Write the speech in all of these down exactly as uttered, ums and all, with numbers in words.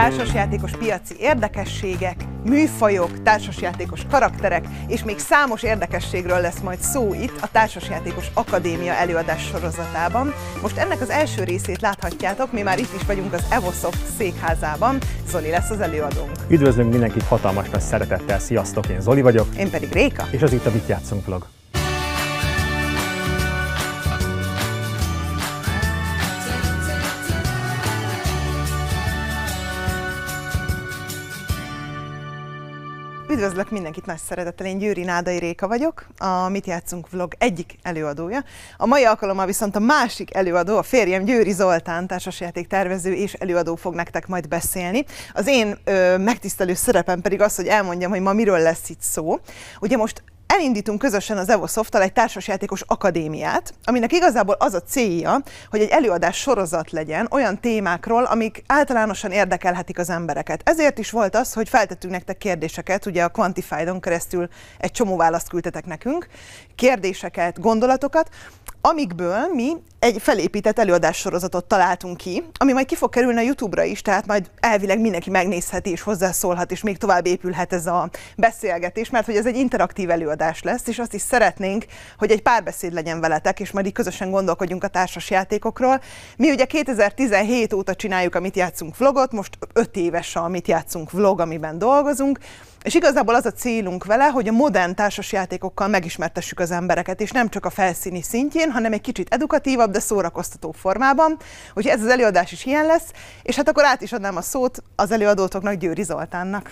társasjátékos piaci érdekességek, műfajok, társasjátékos karakterek, és még számos érdekességről lesz majd szó itt a Társasjátékos Akadémia előadás sorozatában. Most ennek az első részét láthatjátok, mi már itt is vagyunk az Evosoft székházában. Zoli lesz az előadónk. Üdvözlünk mindenkit hatalmas nagy szeretettel, sziasztok, én Zoli vagyok. Én pedig Réka. És az itt a Mit játszunk vlog. Üdvözlök mindenkit nagy szeretettel, én Győri Nádai Réka vagyok, a Mit játszunk vlog egyik előadója. A mai alkalommal viszont a másik előadó, a férjem Győri Zoltán, társasjáték tervező és előadó fog nektek majd beszélni. Az én ö, megtisztelő szerepem pedig az, hogy elmondjam, hogy ma miről lesz itt szó. Ugye most elindítunk közösen az Evosofttal egy társasjátékos akadémiát, aminek igazából az a célja, hogy egy előadás sorozat legyen olyan témákról, amik általánosan érdekelhetik az embereket. Ezért is volt az, hogy feltettünk nektek kérdéseket, ugye a Quantified-on keresztül egy csomó választ küldtetek nekünk, kérdéseket, gondolatokat, amikből mi egy felépített előadássorozatot találtunk ki, ami majd ki fog kerülni a YouTube-ra is, tehát majd elvileg mindenki megnézheti és hozzászólhat, és még tovább épülhet ez a beszélgetés, mert hogy ez egy interaktív előadás lesz, és azt is szeretnénk, hogy egy párbeszéd legyen veletek, és majd így közösen gondolkodjunk a társasjátékokról. Mi ugye kétezer-tizenhét óta csináljuk a Mit játszunk vlogot, most öt éves a Mit játszunk vlog, amiben dolgozunk, és igazából az a célunk vele, hogy a modern társasjátékokkal megismertessük az embereket, és nem csak a felszíni szintjén, hanem egy kicsit edukatívabb, de szórakoztató formában. Úgyhogy ez az előadás is ilyen lesz, és hát akkor át is adnám a szót az előadótoknak, Győri Zoltánnak.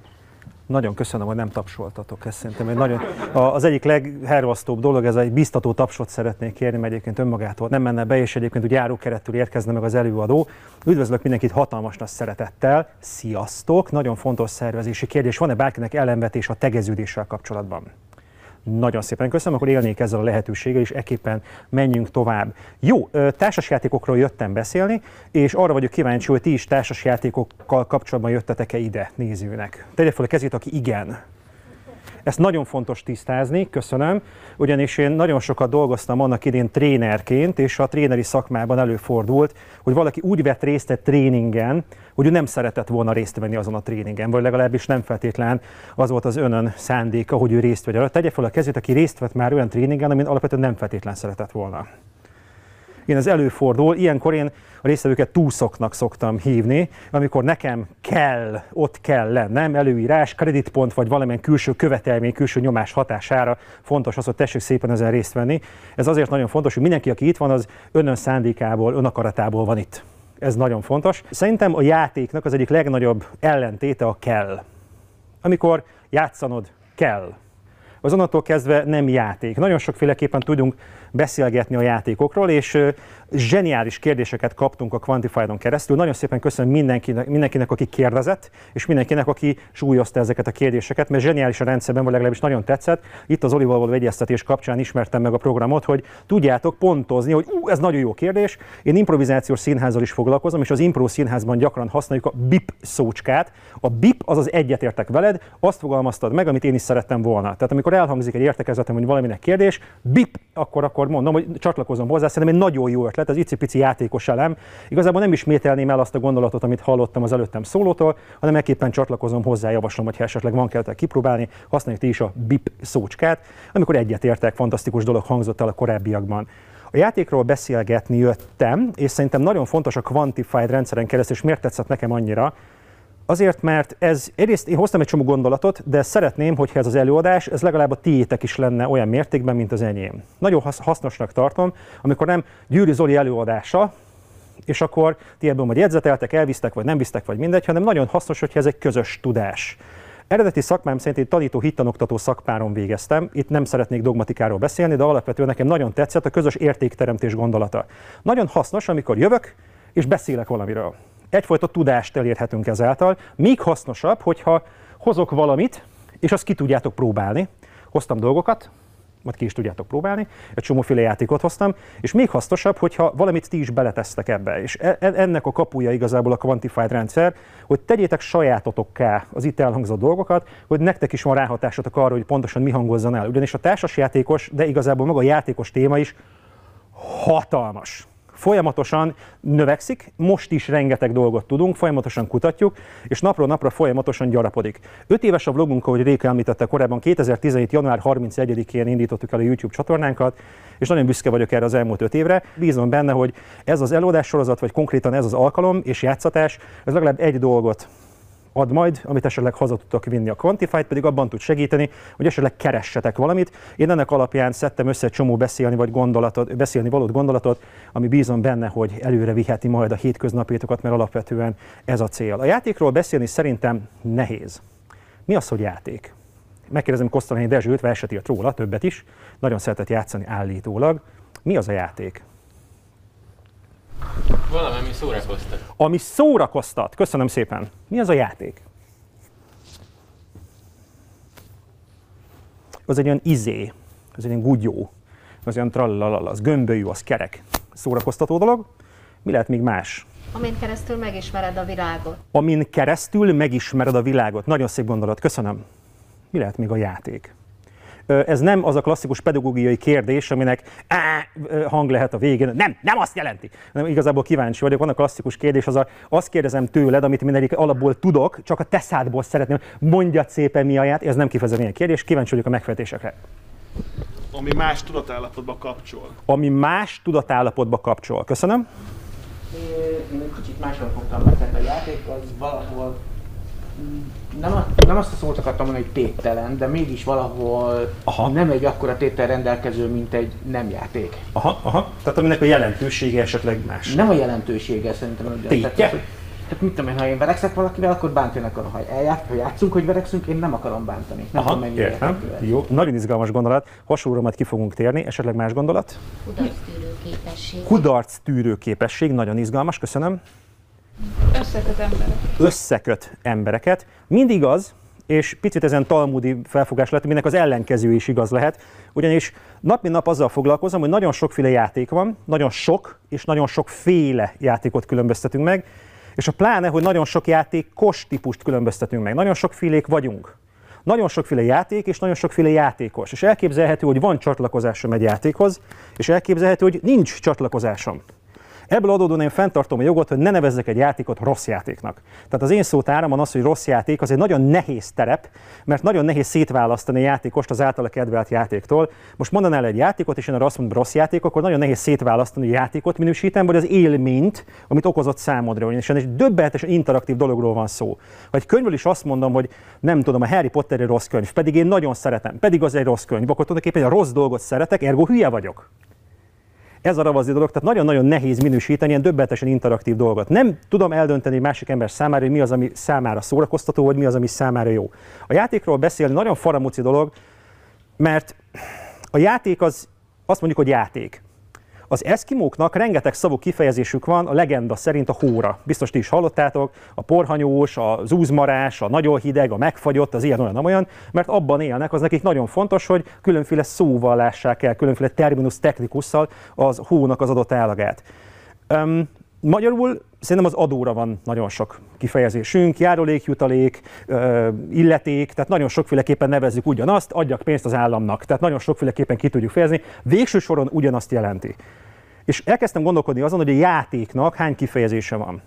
Nagyon köszönöm, hogy nem tapsoltatok, ez szerintem egy nagyon, az egyik leghervasztóbb dolog, ez egy biztató tapsot szeretnék kérni, mert egyébként önmagától nem menne be, és egyébként úgy járókerettől érkezne meg az előadó. Üdvözlök mindenkit hatalmas nagy szeretettel, sziasztok! Nagyon fontos szervezési kérdés, van-e bárkinek ellenvetés a tegeződéssel kapcsolatban? Nagyon szépen köszönöm, akkor élnék ezzel a lehetőséggel, és ekképpen menjünk tovább. Jó, társasjátékokról jöttem beszélni, és arra vagyok kíváncsi, hogy ti is társasjátékokkal kapcsolatban jöttetek-e ide nézőnek. Tegye fel a kezét, aki igen. Ezt nagyon fontos tisztázni, köszönöm, ugyanis én nagyon sokat dolgoztam annak idén trénerként, és a tréneri szakmában előfordult, hogy valaki úgy vett részt egy tréningen, hogy ő nem szeretett volna részt venni azon a tréningen, vagy legalábbis nem feltétlen az volt az önön szándéka, hogy ő részt vegyen. Tegye fel a kezét, aki részt vett már olyan tréningen, amin alapvetően nem feltétlen szeretett volna. Én ez előfordul, ilyenkor én a résztvevőket túszoknak szoktam hívni, amikor nekem kell, ott kell lennem, előírás, kreditpont vagy valamilyen külső követelmény, külső nyomás hatására fontos az, hogy tessék szépen ezen részt venni. Ez azért nagyon fontos, hogy mindenki, aki itt van, az önön szándékából, önakaratából van itt. Ez nagyon fontos. Szerintem a játéknak az egyik legnagyobb ellentéte a kell. Amikor játszanod kell. Az onnantól kezdve nem játék. Nagyon sokféleképpen tudunk beszélgetni a játékokról, és zseniális kérdéseket kaptunk a Quantified-on keresztül. Nagyon szépen köszönöm mindenkinek, mindenkinek, aki kérdezett, és mindenkinek, aki súlyozta ezeket a kérdéseket, mert zseniális a rendszerben, vagy legalábbis nagyon tetszett. Itt az Olival való egyeztetés kapcsán ismertem meg a programot, hogy tudjátok pontozni, hogy ú, ez nagyon jó kérdés. Én improvizációs színházzal is foglalkozom, és az impro színházban gyakran használjuk a bip szócskát. A bip az az egyetértek veled, azt fogalmaztad meg, amit én is szerettem volna. Tehát amikor elhangzik egy értekezletem, hogy valaminek kérdés, bip, akkor, akkor mondom, hogy csatlakozom hozzá, szerintem egy nagyon jó ötlet, az icipici játékos elem. Igazából nem ismételném el azt a gondolatot, amit hallottam az előttem szólótól, hanem ekképpen csatlakozom hozzá, javaslom, hogy ha esetleg van kellett kipróbálni, használjuk ti is a bip szócskát, amikor egyetértek, fantasztikus dolog hangzott el a korábbiakban. A játékról beszélgetni jöttem, és szerintem nagyon fontos a Quantified rendszeren keresztül, és miért tetszett nekem annyira? Azért, mert ez, egyrészt én hoztam egy csomó gondolatot, de szeretném, hogyha ez az előadás, ez legalább a tiétek is lenne olyan mértékben, mint az enyém. Nagyon hasznosnak tartom, amikor nem Győri Zoli előadása, és akkor ti ebből majd jegyzeteltek, elvisztek, vagy nem visztek, vagy mindegy, hanem nagyon hasznos, hogyha ez egy közös tudás. Eredeti szakmám szerint én tanító hittanoktató szakpáron végeztem, itt nem szeretnék dogmatikáról beszélni, de alapvetően nekem nagyon tetszett a közös értékteremtés gondolata. Nagyon hasznos, amikor jövök, és beszélek valamiről. Egyfajta tudást elérhetünk ezáltal, még hasznosabb, hogyha hozok valamit, és azt ki tudjátok próbálni. Hoztam dolgokat, majd ki is tudjátok próbálni, egy csomóféle játékot hoztam, és még hasznosabb, hogyha valamit ti is beletesztek ebbe. És ennek a kapuja igazából a Quantified rendszer, hogy tegyétek sajátotokká az itt elhangzott dolgokat, hogy nektek is van ráhatásotok arra, hogy pontosan mi hangozzon el. Ugyanis a társasjátékos, de igazából maga a játékos téma is hatalmas. Folyamatosan növekszik, most is rengeteg dolgot tudunk, folyamatosan kutatjuk, és napról napra folyamatosan gyarapodik. Öt éves a vlogunk, ahogy Réka említette korábban, kétezer-tizenhét. január harmincegyedikén indítottuk el a YouTube csatornánkat, és nagyon büszke vagyok erre az elmúlt öt évre. Bízom benne, hogy ez az előadássorozat, vagy konkrétan ez az alkalom és játszatás, ez legalább egy dolgot ad majd, amit esetleg haza tudtak vinni. A Quantified pedig abban tud segíteni, hogy esetleg keressetek valamit. Én ennek alapján szedtem össze egy csomó beszélni, vagy gondolatot, beszélni valót gondolatot, ami bízom benne, hogy előre viheti majd a hétköznapétokat, mert alapvetően ez a cél. A játékról beszélni szerintem nehéz. Mi az, hogy játék? Megkérdezem Kosztolányi Dezsőt, verset írt róla, többet is, nagyon szeretett játszani állítólag. Mi az a játék? Valami, ami szórakoztat. Ami szórakoztat. Köszönöm szépen. Mi az a játék? Az egy olyan izé, az egy olyan gugyó, az olyan trallalala, az gömbölyű, az kerek. Szórakoztató dolog. Mi lehet még más? Amin keresztül megismered a világot. Amin keresztül megismered a világot. Nagyon szép gondolat. Köszönöm. Mi lehet még a játék? Ez nem az a klasszikus pedagógiai kérdés, aminek á, hang lehet a végén. Nem, nem azt jelenti. Nem, igazából kíváncsi vagyok. Van a klasszikus kérdés, az a, azt kérdezem tőled, amit mindegyik alapból tudok, csak a te szádból szeretném. Mondjad szépen mi a játék. Ez nem kifejezetten ilyen kérdés. Kíváncsi vagyok a megfejtésekre. Ami más tudatállapotba kapcsol. Ami más tudatállapotba kapcsol. Köszönöm. Én egy kicsit máshol fogtam be, tehát a játék az valahol nem, a, nem azt a szót akartam mondani, hogy téttelen, de mégis valahol aha. nem egy akkora téttel rendelkező, mint egy nem játék. Aha, aha. Tehát aminek a jelentősége esetleg más. Nem a jelentősége szerintem. Tétje? Tehát, tehát mit tudom én, ha én verekszek valakivel, akkor bántani akarom. Ha elját, ha játszunk, hogy verekszünk, én nem akarom bántani. Nem aha, tudom, értem. Jó, nagyon izgalmas gondolat. Hasonlóra majd ki fogunk térni. Esetleg más gondolat? Kudarctűrő képesség. Kudarctűrő képesség, nagyon izgalmas, köszönöm. Összeköt embereket. Összeköt embereket. Mind igaz, és picit ezen talmudi felfogás lehet, aminek az ellenkező is igaz lehet, ugyanis nap mint nap azzal foglalkozom, hogy nagyon sokféle játék van, nagyon sok és nagyon sokféle játékot különböztetünk meg, és a pláne, hogy nagyon sok játékos típust különböztetünk meg, nagyon sokfélék vagyunk. Nagyon sokféle játék és nagyon sokféle játékos, és elképzelhető, hogy van csatlakozásom egy játékhoz, és elképzelhető, hogy nincs csatlakozásom. Ebből adódóan én fenntartom a jogot, hogy ne nevezzek egy játékot rossz játéknak. Tehát az én szótáramon az, hogy rossz játék, az egy nagyon nehéz terep, mert nagyon nehéz szétválasztani a játékost az általa kedvelt játéktól. Most mondanál egy játékot, és én arra azt mondom, rossz játék, akkor nagyon nehéz szétválasztani a játékot, minősítem, vagy az élményt, amit okozott számodra. Ugyanis egy döbbenetesen interaktív dologról van szó. Ha egy könyvből is azt mondom, hogy nem tudom, a Harry Potter egy rossz könyv, pedig én nagyon szeretem, pedig az egy rossz könyv, akkor tulajdonképpen a rossz dolgot szeretek, ergo hülye vagyok. Ez a ravazi dolog, tehát nagyon-nagyon nehéz minősíteni ilyen döbbenetesen interaktív dolgot. Nem tudom eldönteni egy másik ember számára, hogy mi az, ami számára szórakoztató, vagy mi az, ami számára jó. A játékról beszélni nagyon faramúci dolog, mert a játék az, azt mondjuk, hogy játék. Az eszkimóknak rengeteg szavú kifejezésük van, a legenda szerint a hóra. Biztos ti is hallottátok, a porhanyós, a zúzmarás, a nagyon hideg, a megfagyott, az ilyen olyan, nem olyan, mert abban élnek, az nekik nagyon fontos, hogy különféle szóval lássák el, különféle terminus technikusszal az hónak az adott állagát. Um, magyarul szerintem az adóra van nagyon sok kifejezésünk, járulék, jutalék, illeték, tehát nagyon sokféleképpen nevezzük ugyanazt, adjak pénzt az államnak, tehát nagyon sokféleképpen ki tudjuk fejezni, végső soron ugyanazt jelenti. És elkezdtem gondolkodni azon, hogy a játéknak hány kifejezése van.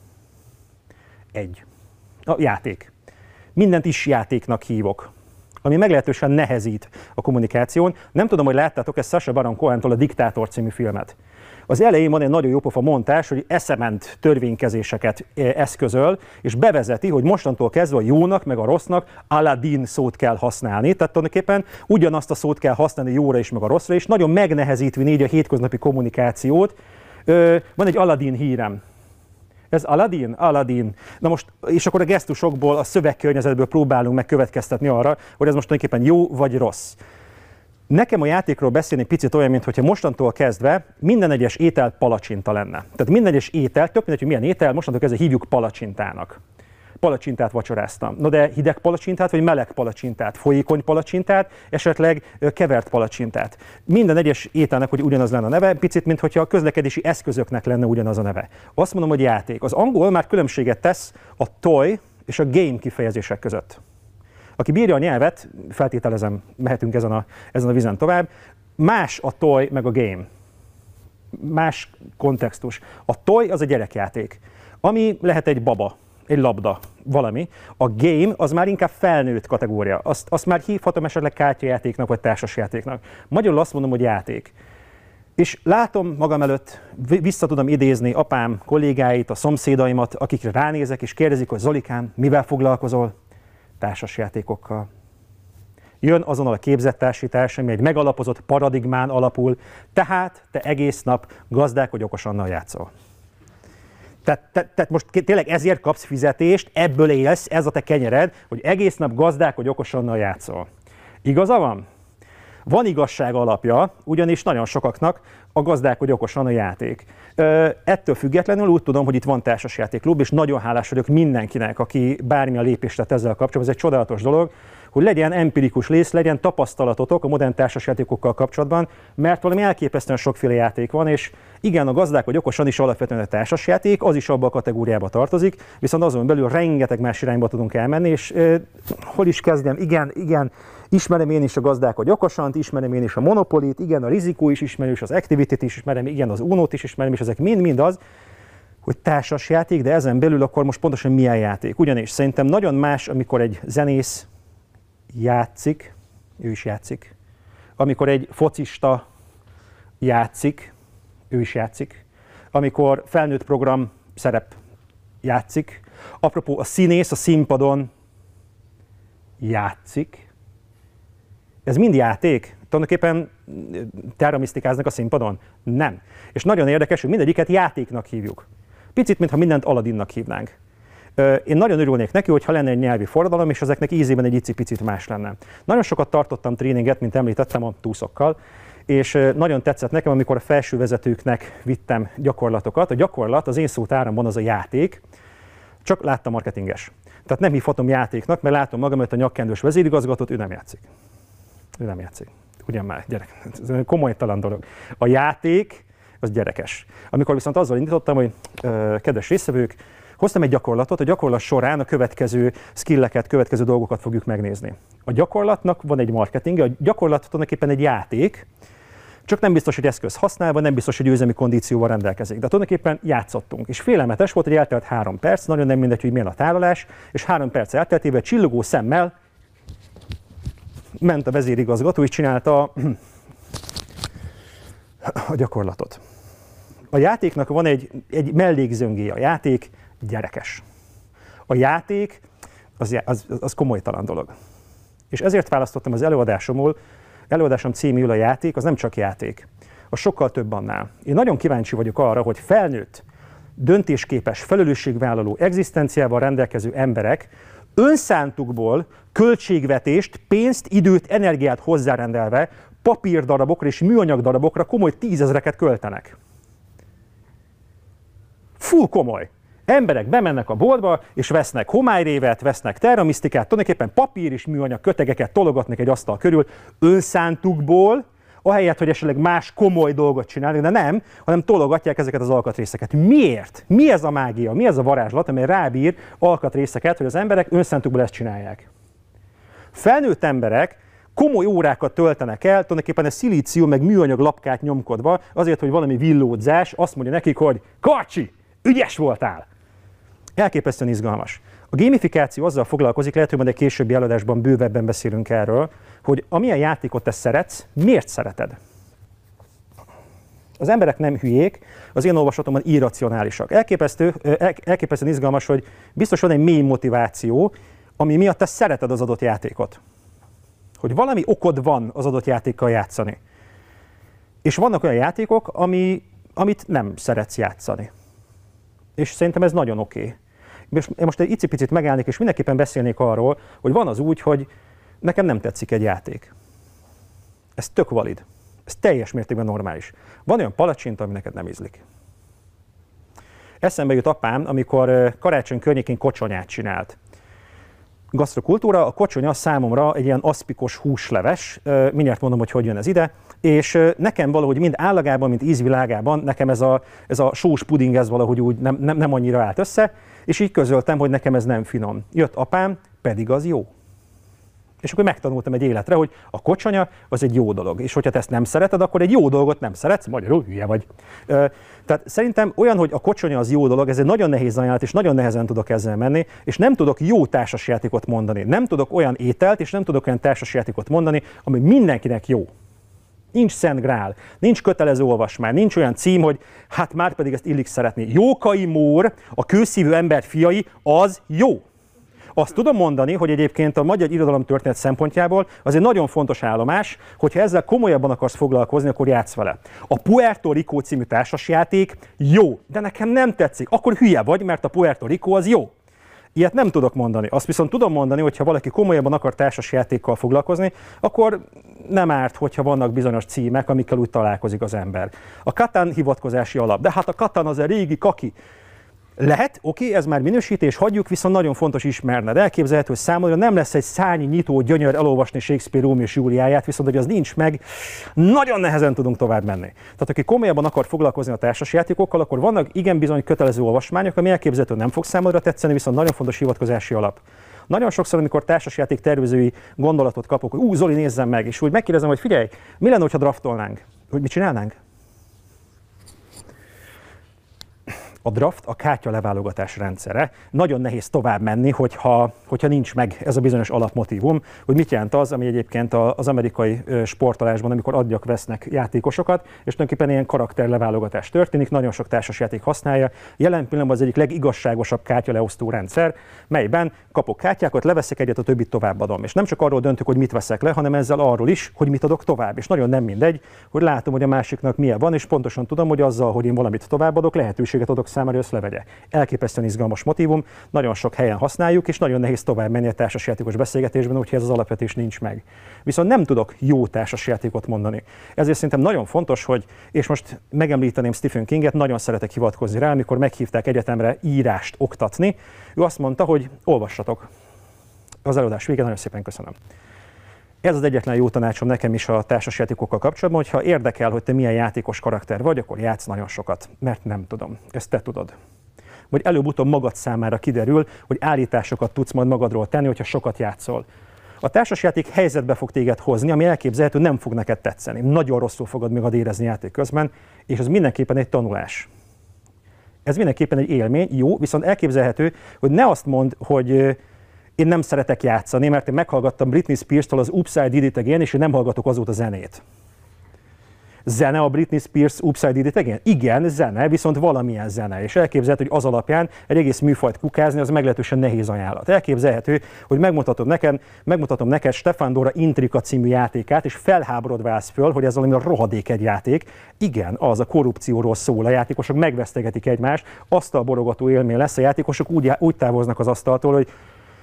Egy. A játék. Mindent is játéknak hívok, ami meglehetősen nehezít a kommunikáción. Nem tudom, hogy láttátok ezt Sacha Baron Cohentől a Diktátor című filmet. Az elején van egy nagyon jópofa montás, hogy eszement törvénykezéseket eszközöl, és bevezeti, hogy mostantól kezdve a jónak meg a rossznak Aladdin szót kell használni. Tehát tulajdonképpen ugyanazt a szót kell használni jóra is meg a rosszra, és nagyon megnehezítve így a hétköznapi kommunikációt. Van egy Aladdin hírem. Ez Aladdin? Aladdin. Na most, és akkor a gesztusokból, a szövegkörnyezetből próbálunk megkövetkeztetni arra, hogy ez most tulajdonképpen jó vagy rossz. Nekem a játékról beszélni picit olyan, mintha mostantól kezdve minden egyes étel palacsinta lenne. Tehát minden egyes étel, tök mindegy, hogy milyen étel, mostantól kezdve hívjuk palacsintának. Palacsintát vacsoráztam. No de hideg palacsintát, vagy meleg palacsintát, folyékony palacsintát, esetleg kevert palacsintát. Minden egyes ételnek, hogy ugyanaz lenne a neve, picit, mintha a közlekedési eszközöknek lenne ugyanaz a neve. Azt mondom, hogy játék. Az angol már különbséget tesz a toy és a game kifejezések között. Aki bírja a nyelvet, feltételezem, mehetünk ezen a, ezen a vizen tovább, más a toy meg a game. más kontextus. A toy az a gyerekjáték, ami lehet egy baba, egy labda, valami. A game az már inkább felnőtt kategória. Azt, azt már hívhatom esetleg kártyajátéknak vagy társasjátéknak. Magyarul azt mondom, hogy játék. És látom magam előtt, vissza tudom idézni apám kollégáit, a szomszédaimat, akikre ránézek, és kérdezik, hogy Zolikám, mivel foglalkozol? Társasjátékokkal. Jön azonnal a képzett társítás, ami egy megalapozott paradigmán alapul, tehát te egész nap gazdálkodj okosannal játszol. Tehát te, te most tényleg ezért kapsz fizetést, ebből élsz, ez a te kenyered, hogy egész nap gazdálkodj okosannal játszol. Igaza van? Van igazság alapja, ugyanis nagyon sokaknak a gazdálkodj okosan a játék. Ö, ettől függetlenül úgy tudom, hogy itt van társasjátékklub, és nagyon hálás vagyok mindenkinek, aki bármilyen lépést tett ezzel kapcsolatban. Ez egy csodálatos dolog, hogy legyen empirikus rész, legyen tapasztalatotok a modern társasjátékokkal kapcsolatban, mert valami elképesztően sokféle játék van, és igen, a gazdálkodj okosan is alapvetően a társasjáték, az is abba a kategóriába tartozik, viszont azon belül rengeteg más irányba tudunk elmenni, és eh, hol is kezdjem? Igen, igen, ismerem én is a gazdálkodj okosant, ismerem én is a Monopolit, igen, a rizikó is ismerem, és az Activity-t is ismerem, igen, az Unót is ismerem, és ezek mind-mind az, hogy társasjáték, de ezen belül akkor most pontosan milyen játék. Ugyanis szerintem nagyon más, amikor egy zenész játszik, ő is játszik. Amikor egy focista játszik, ő is játszik. Amikor felnőtt program szerep játszik. Apropó, a színész a színpadon játszik. Ez mind játék? Tulajdonképpen terramisztikáznak a színpadon? Nem. És nagyon érdekes, hogy mindegyiket játéknak hívjuk. Picit, mintha mindent Aladdinnak hívnánk. Én nagyon örülnék neki, hogyha lenne egy nyelvi forradalom, és ezeknek ízében egy icipicit más lenne. Nagyon sokat tartottam tréninget, mint említettem, a túszokkal, és nagyon tetszett nekem, amikor a felső vezetőknek vittem gyakorlatokat. A gyakorlat az én szótáramban az a játék, csak láttam marketinges. Tehát nem hívhatom játéknak, mert látom magam előtt a nyakkendős vezérigazgatót, ő nem játszik. Ő nem játszik. Ugyan már, gyerek, ez komolytalan dolog. A játék az gyerekes. Amikor viszont azzal indítottam, hogy ö, kedves résztvevők, hoztam egy gyakorlatot, a gyakorlat során a következő skilleket, következő dolgokat fogjuk megnézni. A gyakorlatnak van egy marketingje, a gyakorlat tulajdonképpen egy játék, csak nem biztos, hogy eszköz használva, nem biztos, hogy üzemi kondícióval rendelkezik. De tulajdonképpen játszottunk, és félelmetes volt, hogy eltelt három perc, nagyon nem mindegy, hogy milyen a tálalás, és három perc elteltével csillogó szemmel ment a vezérigazgató, és csinálta a gyakorlatot. A játéknak van egy, egy mellékzöngéje, a játék gyerekes. A játék az, az, az komolytalan dolog. És ezért választottam az előadásomból, előadásom címül a játék, az nem csak játék. Az sokkal több annál. Én nagyon kíváncsi vagyok arra, hogy felnőtt, döntésképes, felelősségvállaló, egzisztenciával rendelkező emberek önszántukból költségvetést, pénzt, időt, energiát hozzárendelve papírdarabokra és műanyagdarabokra komoly tízezreket költenek. Full komoly. Emberek bemennek a boltba, és vesznek homályrévet, vesznek terramisztikát, tulajdonképpen papír és műanyag kötegeket tologatnak egy asztal körül önszántukból, ahelyett, hogy esetleg más komoly dolgot csinálnak, de nem, hanem tologatják ezeket az alkatrészeket. Miért? Mi ez a mágia? Mi ez a varázslat, amely rábír alkatrészeket, hogy az emberek önszántukból ezt csinálják? Felnőtt emberek komoly órákat töltenek el, tulajdonképpen a szilícium meg műanyag lapkát nyomkodva, azért, hogy valami villódzás azt mondja nekik, hogy Karcsi, ügyes voltál! Elképesztően izgalmas. A gamifikáció azzal foglalkozik, lehet, hogy majd egy későbbi előadásban bővebben beszélünk erről, hogy amilyen játékot te szeretsz, miért szereted? Az emberek nem hülyék, az én olvasatomban irracionálisak. Elképesztő, elképesztően izgalmas, hogy biztos van egy mély motiváció, ami miatt te szereted az adott játékot. Hogy valami okod van az adott játékkal játszani. És vannak olyan játékok, ami, amit nem szeretsz játszani. És szerintem ez nagyon oké. Okay. Én most egy icipicit megállnék, és mindenképpen beszélnék arról, hogy van az úgy, hogy nekem nem tetszik egy játék. Ez tök valid. Ez teljes mértékben normális. Van olyan palacsinta, ami neked nem ízlik. Eszembe jut apám, amikor karácsony környékén kocsonyát csinált. Gasztrokultúra, a kocsonya számomra egy ilyen aszpikos húsleves, mindjárt mondom, hogy hogy jön ez ide, és nekem valahogy mind állagában, mind ízvilágában, nekem ez a, ez a sós puding ez valahogy úgy nem, nem, nem annyira állt össze, és így közöltem, hogy nekem ez nem finom. Jött apám, pedig az jó. És akkor megtanultam egy életre, hogy a kocsanya az egy jó dolog. És hogyha te ezt nem szereted, akkor egy jó dolgot nem szeretsz, magyarul hülye vagy. Tehát szerintem olyan, hogy a kocsanya az jó dolog, ez egy nagyon nehéz ajánlat, és nagyon nehezen tudok ezzel menni, és nem tudok jó társasjátékot mondani. Nem tudok olyan ételt, és nem tudok olyan társasjátékot mondani, ami mindenkinek jó. Nincs Szent Grál, nincs kötelező olvasmány, nincs olyan cím, hogy hát már pedig ezt illik szeretni. Jókai Mór, a kőszívű ember fiai, az jó. Azt tudom mondani, hogy egyébként a magyar irodalomtörténet szempontjából az egy nagyon fontos állomás, hogyha ezzel komolyabban akarsz foglalkozni, akkor játsz vele. A Puerto Rico című társasjáték jó, de nekem nem tetszik. Akkor hülye vagy, mert a Puerto Rico az jó. Ilyet nem tudok mondani. Azt viszont tudom mondani, hogy ha valaki komolyabban akar társasjátékkal foglalkozni, akkor nem árt, hogyha vannak bizonyos címek, amikkel úgy találkozik az ember. A Catan hivatkozási alap, de hát a Catan az a régi kaki. Lehet, oké, okay, ez már minősítés, hagyjuk, viszont nagyon fontos ismerned. Elképzelhető, hogy számodra nem lesz egy szárnyi nyitó gyönyör elolvasni Shakespeare Rómeó és Júliáját, viszont hogy az nincs meg, nagyon nehezen tudunk tovább menni. Tehát aki komolyabban akar foglalkozni a társasjátékokkal, akkor vannak igen bizony kötelező olvasmányok, ami elképzelhető nem fog számodra tetszeni, viszont nagyon fontos hivatkozási alap. Nagyon sokszor, amikor társasjáték tervezői gondolatot kapok, hogy ú, Zoli, nézzem meg, és úgy megkérdezem, hogy figyelj, mi lenne, ha draftolnánk? Hogy mit csinálnánk? A draft a kártya leválogatás rendszere. Nagyon nehéz tovább menni, hogyha, hogyha nincs meg ez a bizonyos alapmotívum, hogy mit jelent az, ami egyébként az amerikai sportolásban, amikor adjak vesznek játékosokat, és tulajdonképpen ilyen karakterleválogatás történik, nagyon sok társasjáték használja. Jelen pillanatban az egyik legigazságosabb kártyaleosztó rendszer, melyben kapok kártyákat, leveszek egyet, a többit továbbadom. És nem csak arról döntök, hogy mit veszek le, hanem ezzel arról is, hogy mit adok tovább. És nagyon nem mindegy, hogy látom, hogy a másiknak milyen van, és pontosan tudom, hogy azzal, hogy én valamit továbbadok, lehetőséget adok számára, hogy ezt levegye. Elképesztően izgalmas motívum, nagyon sok helyen használjuk, és nagyon nehéz tovább menni a társasjátékos beszélgetésben, úgyhogy ez az alapvetés nincs meg. Viszont nem tudok jó társasjátékot mondani. Ezért szerintem nagyon fontos, hogy, és most megemlíteném Stephen Kinget, nagyon szeretek hivatkozni rá, amikor meghívták egyetemre írást oktatni. Ő azt mondta, hogy olvassatok. Az előadás végén nagyon szépen köszönöm. Ez az egyetlen jó tanácsom nekem is a társasjátékokkal kapcsolatban, hogyha érdekel, hogy te milyen játékos karakter vagy, akkor játsz nagyon sokat, mert nem tudom. Ezt te tudod. Vagy előbb-utóbb magad számára kiderül, hogy állításokat tudsz majd magadról tenni, hogyha sokat játszol. A társasjáték helyzetbe fog téged hozni, ami elképzelhető, nem fog neked tetszeni. Nagyon rosszul fogod magad érezni játék közben, és ez mindenképpen egy tanulás. Ez mindenképpen egy élmény, jó, viszont elképzelhető, hogy ne azt mondd, hogy én nem szeretek játszani, mert én meghallgattam Britney Spears-tól az Oops, I Did It Again, és én nem hallgatok azóta zenét. Zene a Britney Spears Oops, I Did It Again? Igen, zene, viszont valamilyen zene. És elképzelhető, hogy az alapján egy egész műfajt kukázni, az meglehetősen nehéz ajánlat. Elképzelhető, hogy megmutatom neked, megmutatom neked Stefan Dora Intrika című játékát, és felháborodva állsz föl, hogy ez valami rohadék egy játék. Igen, az a korrupcióról szól, a játékosok megvesztegetik egymást, asztalborogató élmény lesz, a játékosok úgy, úgy távoznak az asztaltól, hogy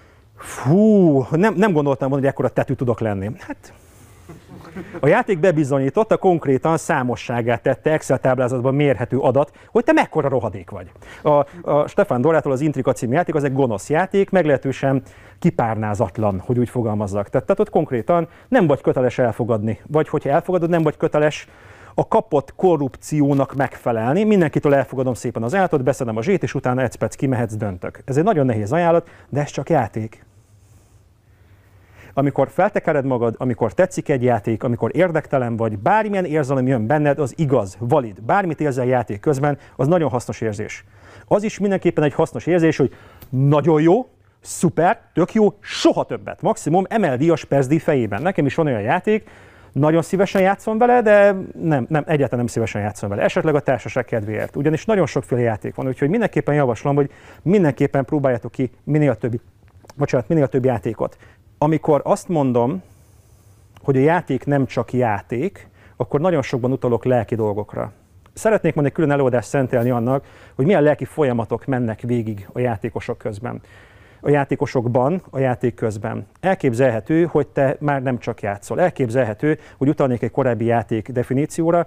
fú, nem, nem gondoltam volna, hogy ekkora tetű tudok lenni. Hát, a játék bebizonyította, konkrétan számosságát tette Excel táblázatban mérhető adat, hogy te mekkora rohadék vagy. A, a Stefan Dorától az Intrika című játék az egy gonosz játék, meglehetősen kipárnázatlan, hogy úgy fogalmazzak. Tehát, tehát ott konkrétan nem vagy köteles elfogadni, vagy hogyha elfogadod, nem vagy köteles a kapott korrupciónak megfelelni. Mindenkitől elfogadom szépen az állatot, beszedem a zsét, és utána egy perc kimehetsz, döntök. Ez egy nagyon nehéz ajánlat, de ez csak játék. Amikor feltekered magad, amikor tetszik egy játék, amikor érdektelen vagy, bármilyen érzelem jön benned, az igaz, valid. Bármit érzel játék közben, az nagyon hasznos érzés. Az is mindenképpen egy hasznos érzés, hogy nagyon jó, szuper, tök jó, soha többet. Maximum emel díjas percdíj fejében. Nekem is van olyan játék, nagyon szívesen játszom vele, de nem, nem, egyáltalán nem szívesen játszom vele. Esetleg a társaság kedvéért. Ugyanis nagyon sokféle játék van, úgyhogy mindenképpen javaslom, hogy mindenképpen próbáljátok ki minél több, bocsánat, minél több játékot. Amikor azt mondom, hogy a játék nem csak játék, akkor nagyon sokban utalok lelki dolgokra. Szeretnék majd egy külön előadást szentelni annak, hogy milyen lelki folyamatok mennek végig a játékosok közben. A játékosokban, a játék közben. Elképzelhető, hogy te már nem csak játszol. Elképzelhető, hogy utalnék egy korábbi játék definícióra,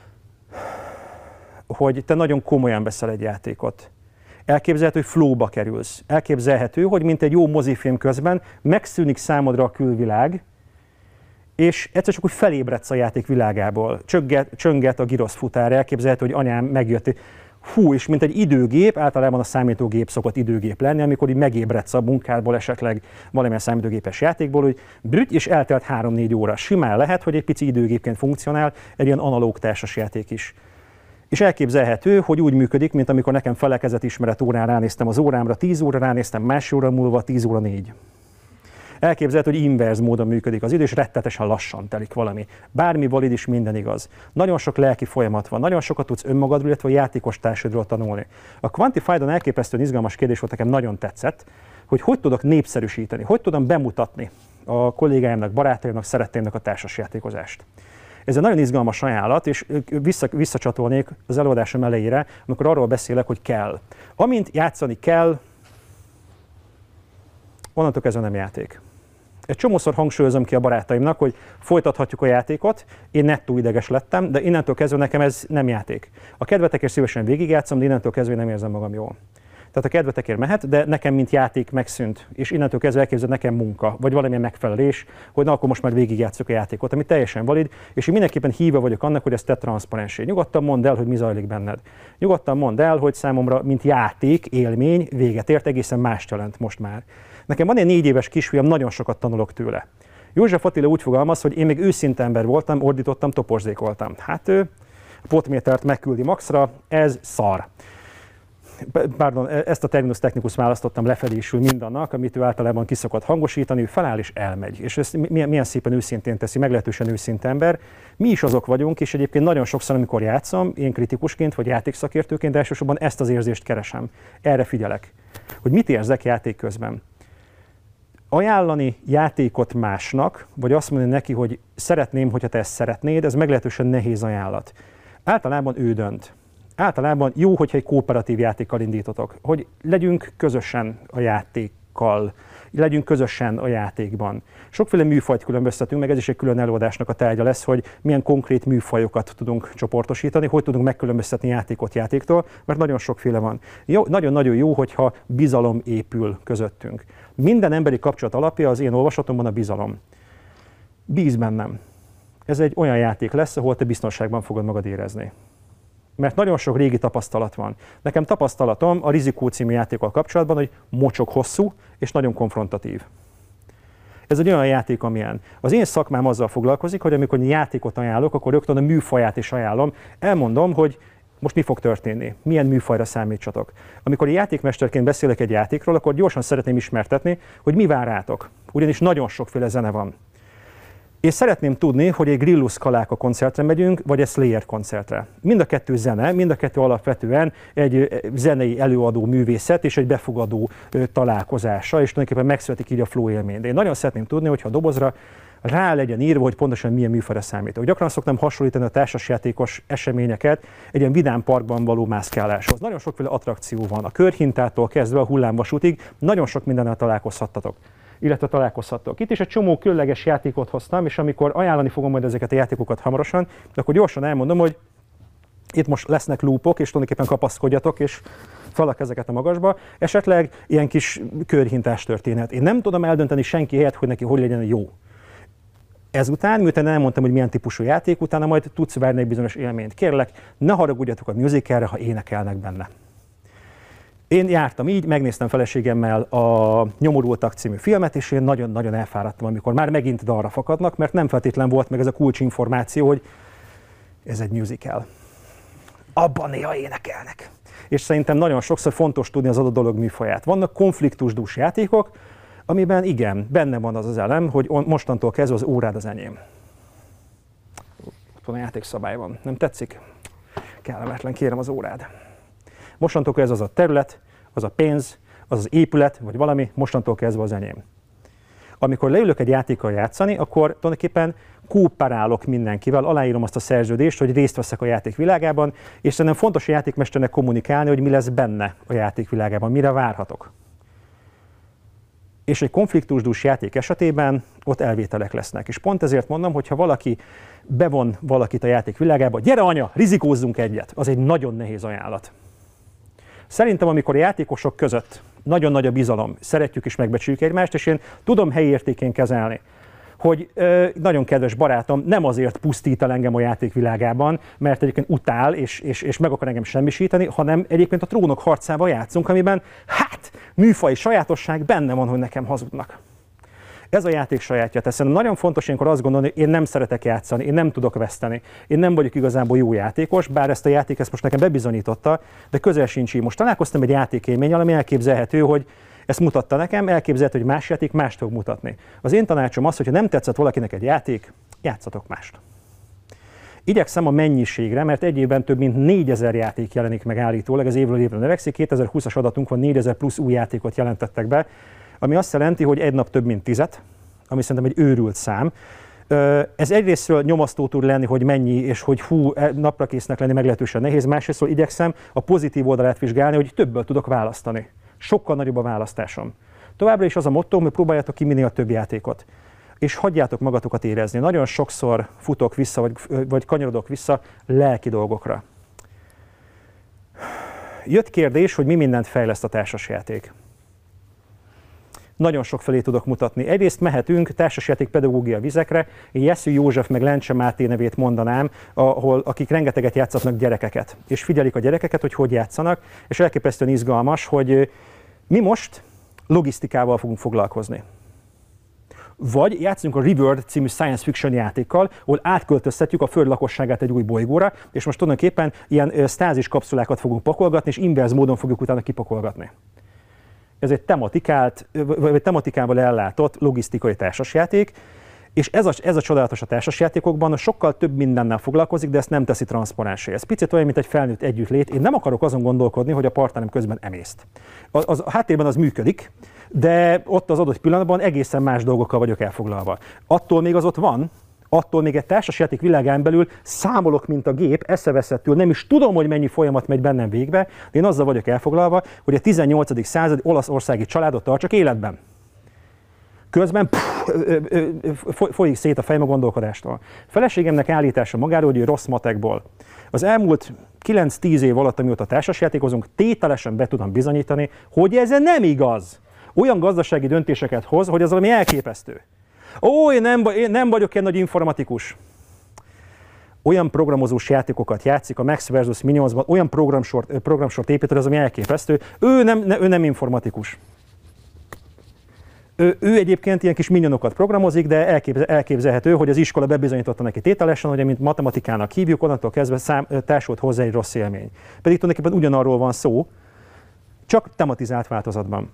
hogy te nagyon komolyan veszel egy játékot. Elképzelhető, hogy flowba kerülsz. Elképzelhető, hogy mint egy jó mozifilm közben megszűnik számodra a külvilág, és egyszer csak úgy felébredsz a játék világából. Csönget, csönget a girosz futár, elképzelhető, hogy anyám megjött. hú, és mint egy időgép, általában a számítógép szokott időgép lenni, amikor így megébredsz a munkádból, esetleg valamilyen számítógépes játékból, hogy brüt, és eltelt három-négy óra. Simán lehet, hogy egy pici időgépként funkcionál egy ilyen analóg társasjáték is. És elképzelhető, hogy úgy működik, mint amikor nekem felekezett ismeret órán ránéztem az órámra, tíz óra ránéztem, más óra múlva, tíz óra négy. Elképzelhető, hogy inverz módon működik az idő, és rettetesen lassan telik valami. Bármi valid is, minden igaz. Nagyon sok lelki folyamat van, nagyon sokat tudsz önmagadról, illetve a játékos társadról tanulni. A Quantified-on elképesztően izgalmas kérdés volt, nekem nagyon tetszett, hogy hogy tudok népszerűsíteni, hogy tudom bemutatni a kollégáimnak, barátaimnak, szeretteimnek a társasjátékozást. Ez egy nagyon izgalmas ajánlat, és vissza, visszacsatolnék az előadásom elejére, amikor arról beszélek, hogy kell. Amint játszani kell, onnantól kezdve nem játék. Egy csomószor hangsúlyozom ki a barátaimnak, hogy folytathatjuk a játékot, én nettó ideges lettem, de innentől kezdve nekem ez nem játék. A kedvetekért szívesen végigjátszom, de innentől kezdve nem érzem magam jól. Tehát a kedvetekért mehet, de nekem mint játék megszűnt, és innentől kezdve elképzel nekem munka, vagy valamilyen megfelelés, hogy na akkor most már végigjátszok a játékot, ami teljesen valid, és én mindenképpen híve vagyok annak, hogy ezt te transzparensé. Nyugodtan mondd el, hogy mi zajlik benned. Nyugodtan mondd el, hogy számomra, mint játék, élmény, véget ért, egészen más jelent most már. Nekem van egy négy éves kisfiam, nagyon sokat tanulok tőle. József Attila úgy fogalmaz, hogy én még őszinte ember voltam, ordítottam, toporzékoltam. Hát ő a potmétert megküldi maxra, ez szar. Pardon, ezt a terminus technicus választottam lefelésül mindannak, amit ő általában ki szokott hangosítani, ő feláll és elmegy. És ezt milyen, milyen szépen őszintén teszi, meglehetősen őszinte ember. Mi is azok vagyunk, és egyébként nagyon sokszor, amikor játszom, én kritikusként vagy játékszakértőként, de elsősorban ezt az érzést keresem. Erre figyelek, hogy mit érzek játék közben. Ajánlani játékot másnak, vagy azt mondani neki, hogy szeretném, hogyha te ezt szeretnéd, ez meglehetősen nehéz ajánlat. Általában ő dönt. Általában jó, hogyha egy kooperatív játékkal indítotok, hogy legyünk közösen a játékkal, legyünk közösen a játékban. Sokféle műfajt különböztetünk, meg ez is egy külön előadásnak a tárgya lesz, hogy milyen konkrét műfajokat tudunk csoportosítani, hogy tudunk megkülönböztetni játékot játéktól, mert nagyon sokféle van. Jó, nagyon-nagyon jó, hogyha bizalom épül közöttünk. Minden emberi kapcsolat alapja az én olvasatomban a bizalom. Bíz bennem. Ez egy olyan játék lesz, ahol te biztonságban fogod magad érezni. Mert nagyon sok régi tapasztalat van. Nekem tapasztalatom a Rizikó című játékkal kapcsolatban, hogy mocsok hosszú és nagyon konfrontatív. Ez egy olyan játék, amilyen. Az én szakmám azzal foglalkozik, hogy amikor játékot ajánlok, akkor rögtön a műfaját is ajánlom. Elmondom, hogy most mi fog történni, milyen műfajra számítsatok. Amikor játékmesterként beszélek egy játékról, akkor gyorsan szeretném ismertetni, hogy mi vár rátok. Ugyanis nagyon sokféle zene van. Én szeretném tudni, hogy egy Grillus Kaláka koncertre megyünk, vagy egy Slayer koncertre. Mind a kettő zene, mind a kettő alapvetően egy zenei előadó művészet és egy befogadó találkozása, és tulajdonképpen megszületik így a flow élmény. De én nagyon szeretném tudni, hogyha a dobozra rá legyen írva, hogy pontosan milyen műfajra számítok. Gyakran szoktam hasonlítani a társasjátékos eseményeket egy ilyen vidám parkban való mászkáláshoz. Nagyon sokféle attrakció van, a körhintától kezdve a hullámvasútig, nagyon sok mindennel találkozhattatok. illetve találkozhattok. Itt is egy csomó különleges játékot hoztam, és amikor ajánlani fogom majd ezeket a játékokat hamarosan, akkor gyorsan elmondom, hogy itt most lesznek loopok, és tulajdonképpen kapaszkodjatok, és falak ezeket a magasba. Esetleg ilyen kis körhintás történet. Én nem tudom eldönteni senki helyett, hogy neki hogy legyen jó. Ezután, miután elmondtam, hogy milyen típusú játék, utána majd tudsz várni egy bizonyos élményt. Kérlek, ne haragudjatok a musicalre, ha énekelnek benne. Én jártam így, megnéztem feleségemmel a Nyomorultak című filmet, és én nagyon-nagyon elfáradtam, amikor már megint dalra fakadnak, mert nem feltétlen volt meg ez a kulcsinformáció, hogy ez egy musical. Abban néha énekelnek. És szerintem nagyon sokszor fontos tudni az adott dolog műfaját. Vannak konfliktusdús játékok, amiben igen, benne van az az elem, hogy mostantól kezdve az órád az enyém. Ott van a játékszabály van. Nem tetszik? Kellemetlen, kérem az órád. Mostantól kezdve az a terület, az a pénz, az az épület, vagy valami, mostantól kezdve az enyém. Amikor leülök egy játékkal játszani, akkor tulajdonképpen kooperálok mindenkivel, aláírom azt a szerződést, hogy részt veszek a játék világában, és szerintem fontos a játékmesternek kommunikálni, hogy mi lesz benne a játék világában, mire várhatok. És egy konfliktusdús játék esetében ott elvételek lesznek. És pont ezért mondom, hogy ha valaki bevon valakit a játék világába, gyere anya, rizikózzunk egyet, az egy nagyon nehéz ajánlat. Szerintem, amikor a játékosok között nagyon nagy a bizalom, szeretjük és megbecsüljük egymást, és én tudom helyi értékén kezelni, hogy ö, nagyon kedves barátom nem azért pusztít el engem a játékvilágában, mert egyébként utál és, és, és meg akar engem semmisíteni, hanem egyébként a Trónok harcában játszunk, amiben hát műfai sajátosság benne van, hogy nekem hazudnak. Ez a játék sajátja. Tehát nagyon fontos ilyenkor azt gondolni, hogy én nem szeretek játszani, én nem tudok veszteni. Én nem vagyok igazából jó játékos, bár ezt a játék ezt most nekem bebizonyította, de közel sincs így. Most találkoztam egy játékélménnyel, ami elképzelhető, hogy ezt mutatta nekem, elképzelhető, hogy más játék mást fog mutatni. Az én tanácsom az, hogy ha nem tetszett valakinek egy játék, játszatok mást. Igyekszem a mennyiségre, mert egy évben több mint négyezer játék jelenik meg állítólag, ez évről évre növekszik, kétezer-húszas adatunk van, négyezer plusz új játékot jelentettek be, ami azt jelenti, hogy egy nap több mint tizet, ami szerintem egy őrült szám. Ez egyrésztről nyomasztó tud lenni, hogy mennyi, és hogy hú, napra késznek lenni meglehetősen nehéz, másrésztről igyekszem a pozitív oldalát vizsgálni, hogy többből tudok választani. Sokkal nagyobb a választásom. Továbbra is az a motto, hogy próbáljátok ki minél több játékot. És hagyjátok magatokat érezni. Nagyon sokszor futok vissza, vagy, vagy kanyarodok vissza lelki dolgokra. Jött kérdés, hogy mi mindent fejleszt a társasjáték. Nagyon sok felé tudok mutatni. Egyrészt mehetünk társasjáték pedagógia vizekre, én Jesszű József meg Lencse Máté nevét mondanám, ahol, akik rengeteget játszatnak gyerekeket, és figyelik a gyerekeket, hogy hogy játszanak, és elképesztően izgalmas, hogy mi most logisztikával fogunk foglalkozni. Vagy játszunk a River című science fiction játékkal, ahol átköltöztetjük a föld lakosságát egy új bolygóra, és most tulajdonképpen ilyen stázis kapszulákat fogunk pakolgatni, és inverz módon fogjuk utána kipakolgatni. Ez egy tematikált, vagy tematikával ellátott logisztikai társasjáték, és ez a, ez a csodálatos a társasjátékokban, sokkal több mindennel foglalkozik, de ezt nem teszi transzparensé. Ez picit olyan, mint egy felnőtt együttlét. Én nem akarok azon gondolkodni, hogy a partnerem közben emészt. Az, az, a háttérben az működik, de ott az adott pillanatban egészen más dolgokkal vagyok elfoglalva. Attól még az ott van, attól még egy társasjáték világán belül számolok, mint a gép, eszeveszettül, nem is tudom, hogy mennyi folyamat megy bennem végbe, de én azzal vagyok elfoglalva, hogy a tizennyolcadik századi olaszországi családot tartsak életben. Közben pff, ö, ö, ö, folyik szét a fejem a gondolkodástól. Feleségemnek állítása magáról, hogy ő rossz matekból. Az elmúlt kilenc-tíz év alatt, amióta társasjátékozunk, tételesen be tudom bizonyítani, hogy ez nem igaz. Olyan gazdasági döntéseket hoz, hogy az valami elképesztő. Ó, én nem, én nem vagyok ilyen nagy informatikus. Olyan programozós játékokat játszik a Max versus. Minionsban, olyan programsort, programsort épít, az ami elképesztő. Ő nem, ne, ő nem informatikus. Ő, ő egyébként ilyen kis minionokat programozik, de elképzel, elképzelhető, hogy az iskola bebizonyította neki tételesen, hogy mint matematikának hívjuk, onnantól kezdve szám, társult hozzá egy rossz élmény. Pedig tulajdonképpen ugyanarról van szó, csak tematizált változatban.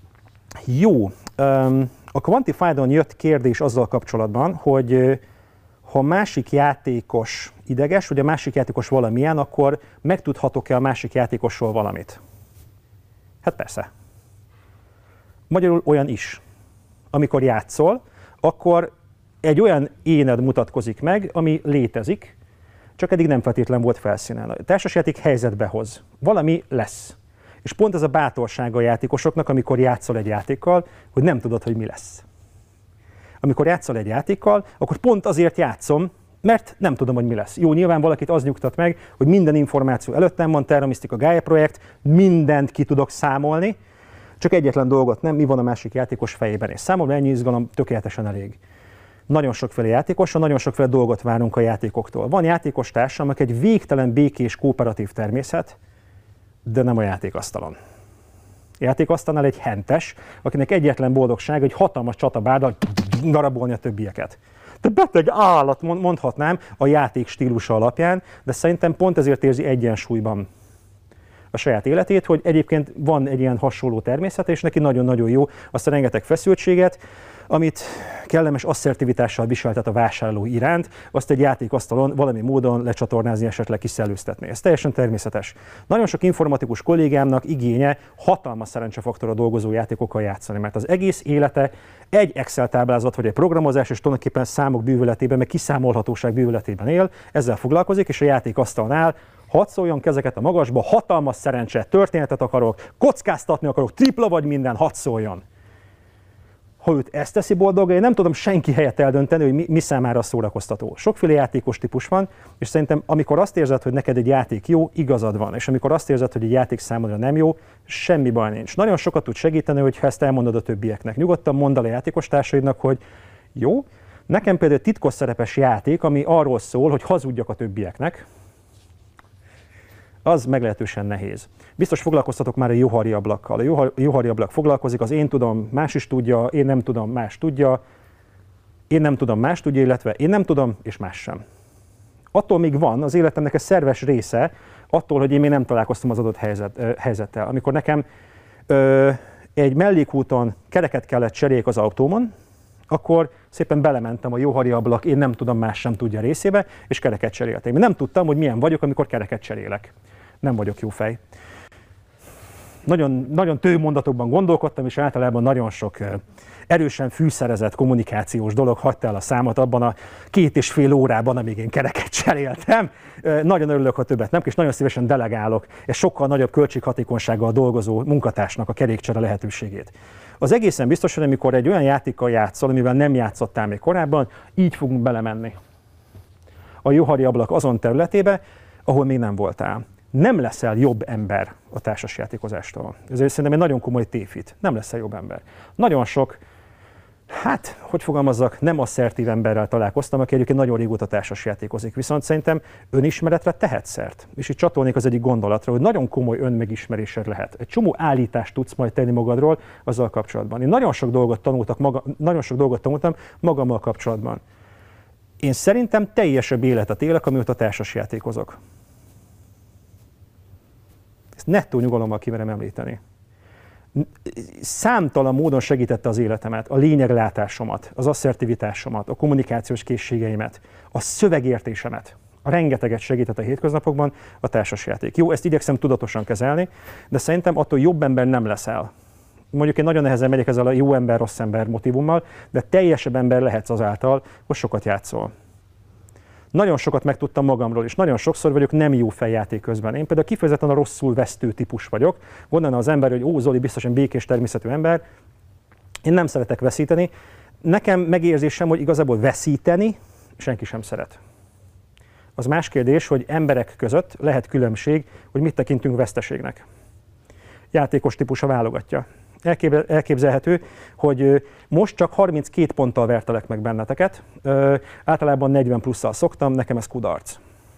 Jó. Um, A Quantified-on jött kérdés azzal kapcsolatban, hogy ha másik játékos ideges, vagy a másik játékos valamilyen, akkor megtudhatok-e a másik játékosról valamit? Hát persze. Magyarul olyan is. Amikor játszol, akkor egy olyan éned mutatkozik meg, ami létezik, csak eddig nem feltétlen volt felszínen. A társasjáték helyzetbe hoz. Valami lesz. És pont ez a bátorsága a játékosoknak, amikor játszol egy játékkal, hogy nem tudod, hogy mi lesz. Amikor játszol egy játékkal, akkor pont azért játszom, mert nem tudom, hogy mi lesz. Jó, nyilván valakit az nyugtat meg, hogy minden információ előttem van, Terra Mystica Gaia projekt, mindent ki tudok számolni, csak egyetlen dolgot nem, mi van a másik játékos fejében. És számomra ennyi izgalom tökéletesen elég. Nagyon sokféle játékosra, nagyon sokféle dolgot várunk a játékoktól. Van játékos társam, aki egy végtelen békés, kooperatív természet, de nem a játékasztalon. A játékasztalnál egy hentes, akinek egyetlen boldogság, egy hatalmas csatabárdal darabolni a többieket. De beteg állat, mondhatnám a játék stílusa alapján, de szerintem pont ezért érzi egyensúlyban a saját életét, hogy egyébként van egy ilyen hasonló természet, és neki nagyon-nagyon jó azt a rengeteg feszültséget, amit kellemes asszertivitással viseltet a vásárló iránt, azt egy játékasztalon valami módon lecsatornázni, esetleg kiszellőztetni. Ez teljesen természetes. Nagyon sok informatikus kollégámnak igénye hatalmas szerencsefaktorra dolgozó játékokkal játszani, mert az egész élete egy Excel táblázat vagy egy programozás, és tulajdonképpen számok bűvöletében, meg kiszámolhatóság bűvöletében él, ezzel foglalkozik, és a játékasztalnál hadd szóljon kezeket a magasba, hatalmas szerencse, történetet akarok, kockáztatni akarok, tripla vagy minden, hadd szóljon. Ha őt ezt teszi boldogá, én nem tudom senki helyett eldönteni, hogy mi, mi számára szórakoztató. Sokféle játékos típus van, és szerintem amikor azt érzed, hogy neked egy játék jó, igazad van. És amikor azt érzed, hogy egy játék számodra nem jó, semmi baj nincs. Nagyon sokat tud segíteni, hogyha ezt elmondod a többieknek. Nyugodtan mondd el a játékos társaidnak, hogy jó, Nekem például titkos szerepes játék, ami arról szól, hogy hazudjak a többieknek, az meglehetősen nehéz. Biztos foglalkoztatok már a Johari ablakkal. A Johari ablak foglalkozik, az én tudom, más is tudja, én nem tudom, más tudja, én nem tudom, más tudja, illetve én nem tudom, és más sem. Attól még van az életemnek egy szerves része, attól, hogy én még nem találkoztam az adott helyzet, ö, helyzettel. Amikor nekem ö, egy mellékúton kereket kellett cseréljek az autómon, akkor szépen belementem a Johari ablak, én nem tudom, más sem tudja részébe, és kereket cseréltem. Én nem tudtam, hogy milyen vagyok, amikor kereket cserélek. Nem vagyok jó fej. Nagyon, nagyon tőmondatokban gondolkodtam, és általában nagyon sok erősen fűszerezett kommunikációs dolog hagyta el a számot abban a két és fél órában, amíg én kereket cseréltem. Nagyon örülök, ha többet nem, és nagyon szívesen delegálok egy sokkal nagyobb költséghatékonysággal dolgozó munkatársnak a kerékcsere lehetőségét. Az egészen biztos, hogy amikor egy olyan játékkal játszol, amivel nem játszottál még korábban, így fogunk belemenni a Johari ablak azon területébe, ahol még nem voltál. Nem leszel jobb ember a társasjátékozástól. Ezért szerintem egy nagyon komoly tévhit. Nem leszel jobb ember. Nagyon sok, hát, hogy fogalmazzak, nem asszertív emberrel találkoztam, aki egyébként nagyon régóta társasjátékozik. Viszont szerintem önismeretre tehet szert. És itt csatolnék az egyik gondolatra, hogy nagyon komoly önmegismerésed lehet. Egy csomó állítást tudsz majd tenni magadról azzal kapcsolatban. Én nagyon sok dolgot tanultak maga, nagyon sok dolgot tanultam magammal kapcsolatban. Én szerintem teljesebb életet élek, amióta társasjátékozok. Ezt nettó nyugalommal kimerem említeni. Számtalan módon segítette az életemet, a lényeglátásomat, az asszertivitásomat, a kommunikációs készségeimet, a szövegértésemet. A rengeteget segített a hétköznapokban a társasjáték. Jó, ezt igyekszem tudatosan kezelni, de szerintem attól jobb ember nem leszel. Mondjuk én nagyon nehezen megyek ezzel a jó ember, rossz ember motivummal, de teljesebb ember lehetsz azáltal, hogy sokat játszol. Nagyon sokat megtudtam magamról, és nagyon sokszor vagyok nem jó feljáték közben. Én például kifejezetten a rosszul vesztő típus vagyok. Gondolna az ember, hogy ó, Zoli biztosan békés természetű ember. Én nem szeretek veszíteni. Nekem megérzésem, hogy igazából veszíteni senki sem szeret. Az más kérdés, hogy emberek között lehet különbség, hogy mit tekintünk veszteségnek. Játékos típusa válogatja. Elképzelhető, hogy most csak harminckét ponttal vertelek meg benneteket, általában negyven plusszal szoktam, nekem ez kudarc.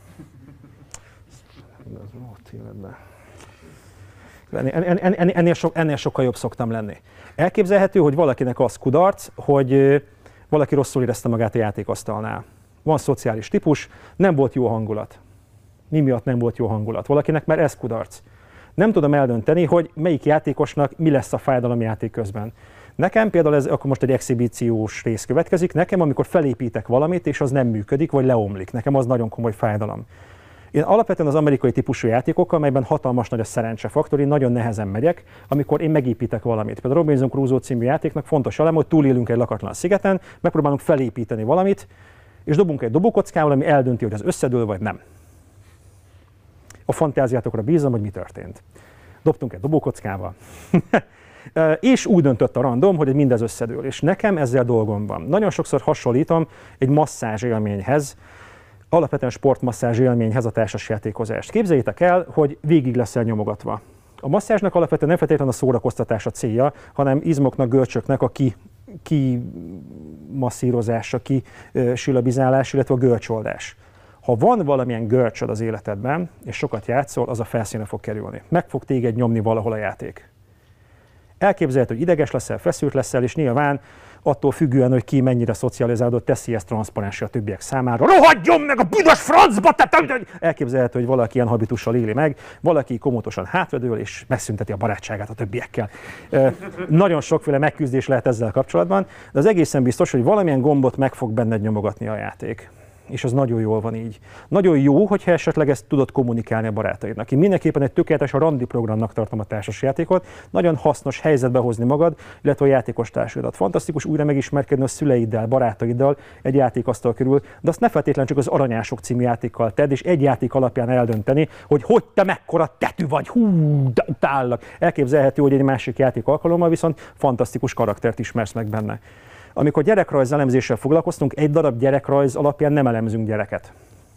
Ennél, so, ennél sokkal jobb szoktam lenni. Elképzelhető, hogy valakinek az kudarc, hogy valaki rosszul érezte magát a játékasztalnál. Van szociális típus, nem volt jó hangulat. Mi miatt nem volt jó hangulat? Valakinek már ez kudarc. Nem tudom eldönteni, hogy melyik játékosnak mi lesz a fájdalom játék közben. Nekem például ez, akkor most egy exhibíciós rész következik, nekem amikor felépítek valamit, és az nem működik, vagy leomlik, nekem az nagyon komoly fájdalom. Én alapvetően az amerikai típusú játékokkal, amelyben hatalmas nagy a szerencsefaktor, én nagyon nehezen megyek, amikor én megépítek valamit. Például Robinson Crusoe című játéknak fontos elem, hogy túlélünk egy lakatlan szigeten, megpróbálunk felépíteni valamit, és dobunk egy dobókockával, ami eldönti, hogy az összedől vagy nem. A fantáziátokra bízom, hogy mi történt. Dobtunk egy dobókockával, és úgy döntött a random, hogy mindez összedől, és nekem ezzel dolgom van. Nagyon sokszor hasonlítom egy masszázs élményhez, alapvetően sportmasszázs élményhez a társasjátékozást. Képzeljétek el, hogy végig leszel nyomogatva. A masszázsnak alapvetően nem feltétlenül a szórakoztatás a célja, hanem izmoknak, görcsöknek a ki, ki masszírozása, ki silabizálás, illetve a görcsoldás. Ha van valamilyen görcsöd az életedben, és sokat játszol, az a felszínre fog kerülni. Meg fog téged nyomni valahol a játék. Elképzelhető, hogy ideges leszel, feszült leszel, és nyilván attól függően, hogy ki mennyire szocializálódott, teszi ezt transzparensre a többiek számára. Rohadjon meg a büdös francba! Elképzelhető, hogy valaki ilyen habitussal éli meg, valaki komótosan hátradől, és megszünteti a barátságát a többiekkel. Nagyon sokféle megküzdés lehet ezzel kapcsolatban, de az egészen biztos, hogy valamilyen gombot meg fog benned nyomogatni a játék. És az nagyon jól van így. Nagyon jó, hogyha esetleg ezt tudod kommunikálni a barátaidnak. Én mindenképpen egy tökéletes a randi programnak tartom a társasjátékot. Nagyon hasznos helyzetbe hozni magad, illetve a játékos társaidat. Fantasztikus újra megismerkedni a szüleiddel, barátaiddal egy játékasztal körül, de azt ne feltétlenül csak az Aranyások című játékkal tedd, és egy játék alapján eldönteni, hogy hogy te mekkora tetű vagy, hú, de utállak. Elképzelhető, hogy egy másik játék alkalommal viszont fantasztikus karaktert ismersz meg benne. Amikor gyerekrajz elemzéssel foglalkoztunk, egy darab gyerekrajz alapján nem elemzünk gyereket.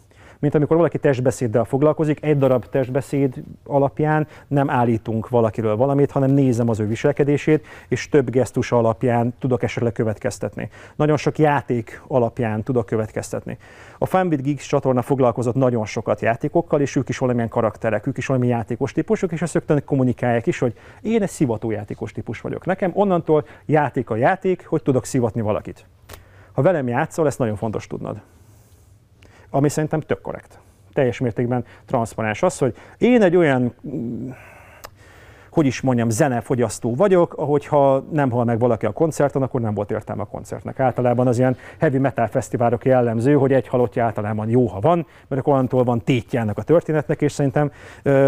mint amikor valaki testbeszéddel foglalkozik, egy darab testbeszéd alapján nem állítunk valakiről valamit, hanem nézem az ő viselkedését, és több gesztus alapján tudok esetleg következtetni. Nagyon sok játék alapján tudok következtetni. A Funbit Geeks csatorna foglalkozott nagyon sokat játékokkal, és ők is valamilyen karakterek, ők is valami játékos típusok, és ezt rögtön kommunikálják is, hogy én egy szivató játékos típus vagyok. Nekem onnantól játék a játék, hogy tudok szivatni valakit. Ha velem játszol, ezt nagyon fontos tudnod. Ami szerintem tök korrekt. Teljes mértékben transzparens az, hogy én egy olyan, hogy is mondjam, zenefogyasztó vagyok, ahogyha nem hal meg valaki a koncerten, akkor nem volt értelme a koncertnek. Általában az ilyen heavy metal fesztiválok jellemző, hogy egy halottja általában jó, ha van, mert akkor onnantól van tétje ennek a történetnek, és szerintem ö,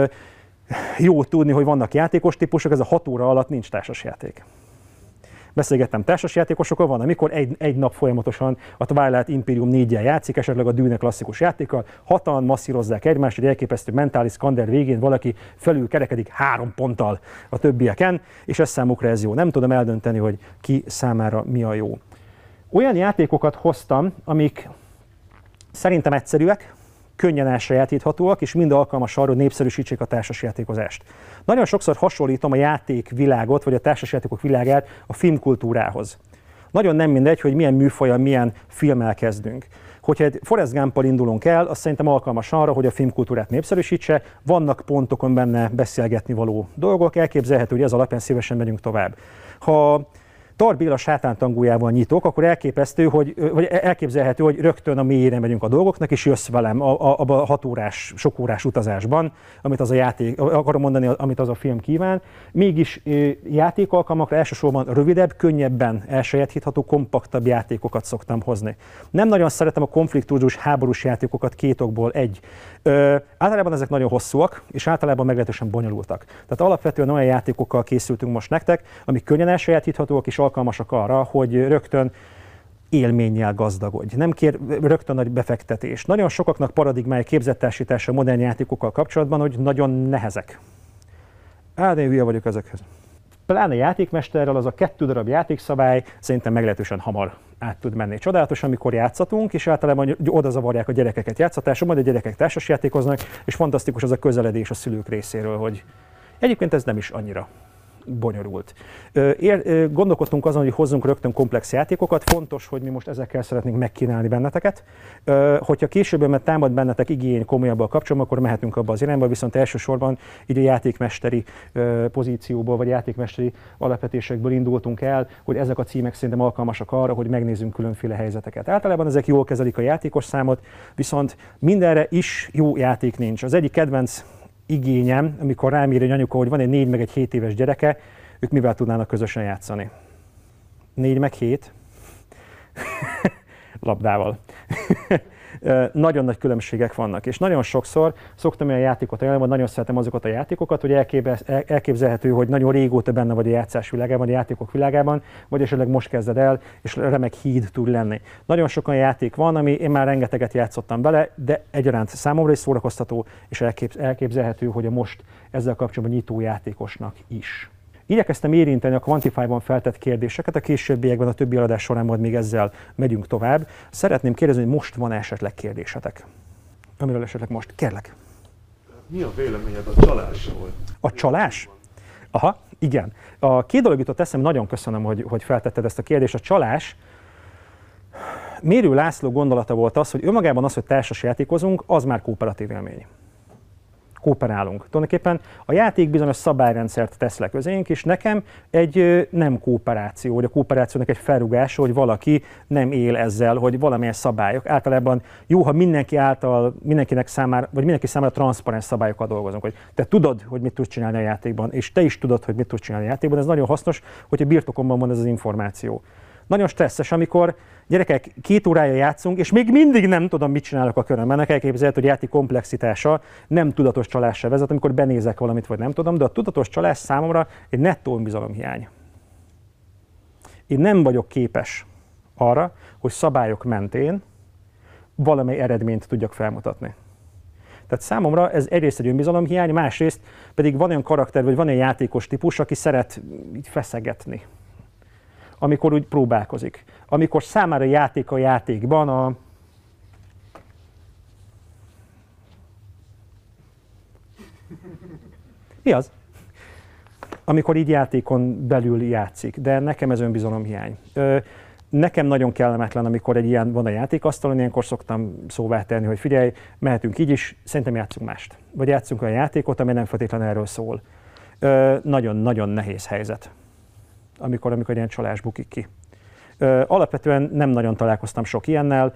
jó tudni, hogy vannak játékos típusok, ez a hat óra alatt nincs társasjáték. Beszélgettem társasjátékosokkal, van, amikor egy, egy nap folyamatosan a Twilight Imperium néggyel játszik, esetleg a Dune klasszikus játékkal, hatan masszírozzák egymást, hogy elképesztő mentális skander végén valaki felül kerekedik három ponttal a többieken, és ez számukra ez jó. Nem tudom eldönteni, hogy ki számára mi a jó. Olyan játékokat hoztam, amik szerintem egyszerűek, könnyen elsajátíthatóak, és mind alkalmas arra, hogy népszerűsítsék a társasjátékozást. Nagyon sokszor hasonlítom a játékvilágot, vagy a társasjátékok világát a filmkultúrához. Nagyon nem mindegy, hogy milyen műfajjal, milyen filmmel kezdünk. Hogyha egy Forrest Gump-al indulunk el, azt szerintem alkalmas arra, hogy a filmkultúrát népszerűsítse, vannak pontokon benne beszélgetni való dolgok, elképzelhető, hogy ez alapján szívesen megyünk tovább. Ha Tar Béla sátántangójával nyitok, akkor elképesztő, hogy, vagy elképzelhető, hogy rögtön a mélyére megyünk a dolgoknak, és jössz velem abban a hat órás, sok órás utazásban, amit az a játék, akarom mondani, amit az a film kíván. Mégis játékalkalmakra elsősorban rövidebb, könnyebben elsajátítható, kompaktabb játékokat szoktam hozni. Nem nagyon szeretem a konfliktus, háborús játékokat két okból. Egy. Ö, általában ezek nagyon hosszúak, és általában meglehetősen bonyolultak. Tehát alapvetően olyan játékokkal készültünk most nektek, amik könnyen elsajátíthatóak, és alkalmasak arra, hogy rögtön élménnyel gazdagodj. Nem kér rögtön nagy befektetés. Nagyon sokaknak paradigmája képzettársítása a modern játékokkal kapcsolatban, hogy nagyon nehezek. Á, de én hülye vagyok ezekhez. Pláne játékmesterrel az a kettő darab játékszabály szerintem meglehetősen hamar át tud menni. Csodálatos, amikor játszatunk, és általában oda zavarják a gyerekeket játszatásra, majd a gyerekek társasjátékoznak, és fantasztikus az a közeledés a szülők részéről, hogy egyébként ez nem is annyira bonyolult. Ér, gondolkodtunk azon, hogy hozzunk rögtön komplex játékokat, fontos, hogy mi most ezekkel szeretnénk megkínálni benneteket. Hogyha később mert támad bennetek igény komolyabbal kapcsolatban, akkor mehetünk abba az irányba, viszont elsősorban így a játékmesteri pozícióból, vagy játékmesteri alapvetésekből indultunk el, hogy ezek a címek szerintem alkalmasak arra, hogy megnézzünk különféle helyzeteket. Általában ezek jól kezelik a játékos számot, viszont mindenre is jó játék nincs. Az egyik kedvenc igényem, amikor rám ír egy anyuka, hogy van egy négy meg egy hét éves gyereke, ők mivel tudnának közösen játszani? Négy meg hét? Labdával. Nagyon nagy különbségek vannak, és nagyon sokszor szoktam olyan játékot ajánlani, vagy nagyon szeretem azokat a játékokat, hogy elképzelhető, hogy nagyon régóta benne vagy a játszás világában, a játékok világában, vagy esetleg most kezded el, és remek híd tud lenni. Nagyon sok olyan játék van, ami én már rengeteget játszottam bele, de egyaránt számomra is szórakoztató, és elképzelhető, hogy a most ezzel kapcsolatban nyitó játékosnak is. Igyekeztem érinteni a Quantify-ban feltett kérdéseket, a későbbiekben, a többi eladás során majd még ezzel megyünk tovább. Szeretném kérdezni, hogy most van esetleg kérdésetek? Amiről esetleg most, kérlek. Mi a véleményed a csalásról? A csalás? Aha, igen. A két dolog jutott eszembe, nagyon köszönöm, hogy, hogy feltetted ezt a kérdést. A csalás, Mérő László gondolata volt az, hogy önmagában az, hogy társas játékozunk, az már kooperatív élmény. Kooperálunk. Tulajdonképpen a játék bizonyos szabályrendszert tesz le közénk, és nekem egy nem kooperáció, vagy a kooperációnak egy felrugása, hogy valaki nem él ezzel, hogy valamilyen szabályok. Általában jó, ha mindenki által, mindenkinek számára, vagy mindenki számára transzparens szabályokkal dolgozunk, hogy te tudod, hogy mit tudsz csinálni a játékban, és te is tudod, hogy mit tudsz csinálni a játékban. Ez nagyon hasznos, hogyha birtokomban van ez az információ. Nagyon stresszes, amikor gyerekek két órája játszunk, és még mindig nem tudom, mit csinálok a körömben. Ennek elképzelhető, hogy játék komplexitása nem tudatos csalásra vezet, amikor benézek valamit, vagy nem tudom, de a tudatos csalás számomra egy nettó önbizalomhiány. Én nem vagyok képes arra, hogy szabályok mentén valamely eredményt tudjak felmutatni. Tehát számomra ez egyrészt egy önbizalomhiány, másrészt pedig van olyan karakter, vagy van olyan játékos típus, aki szeret így feszegetni, amikor úgy próbálkozik. Amikor számára játék a játékban a Mi az? Amikor így játékon belül játszik, de nekem ez önbizalomhiány. Nekem nagyon kellemetlen, amikor egy ilyen van a játékasztalon, ilyenkor szoktam szóvá tenni, hogy figyelj, mehetünk így is, szerintem játszunk mást. Vagy játszunk olyan játékot, ami nem feltétlenül erről szól. Nagyon-nagyon nehéz helyzet, amikor, amikor ilyen csalás bukik ki. Alapvetően nem nagyon találkoztam sok ilyennel.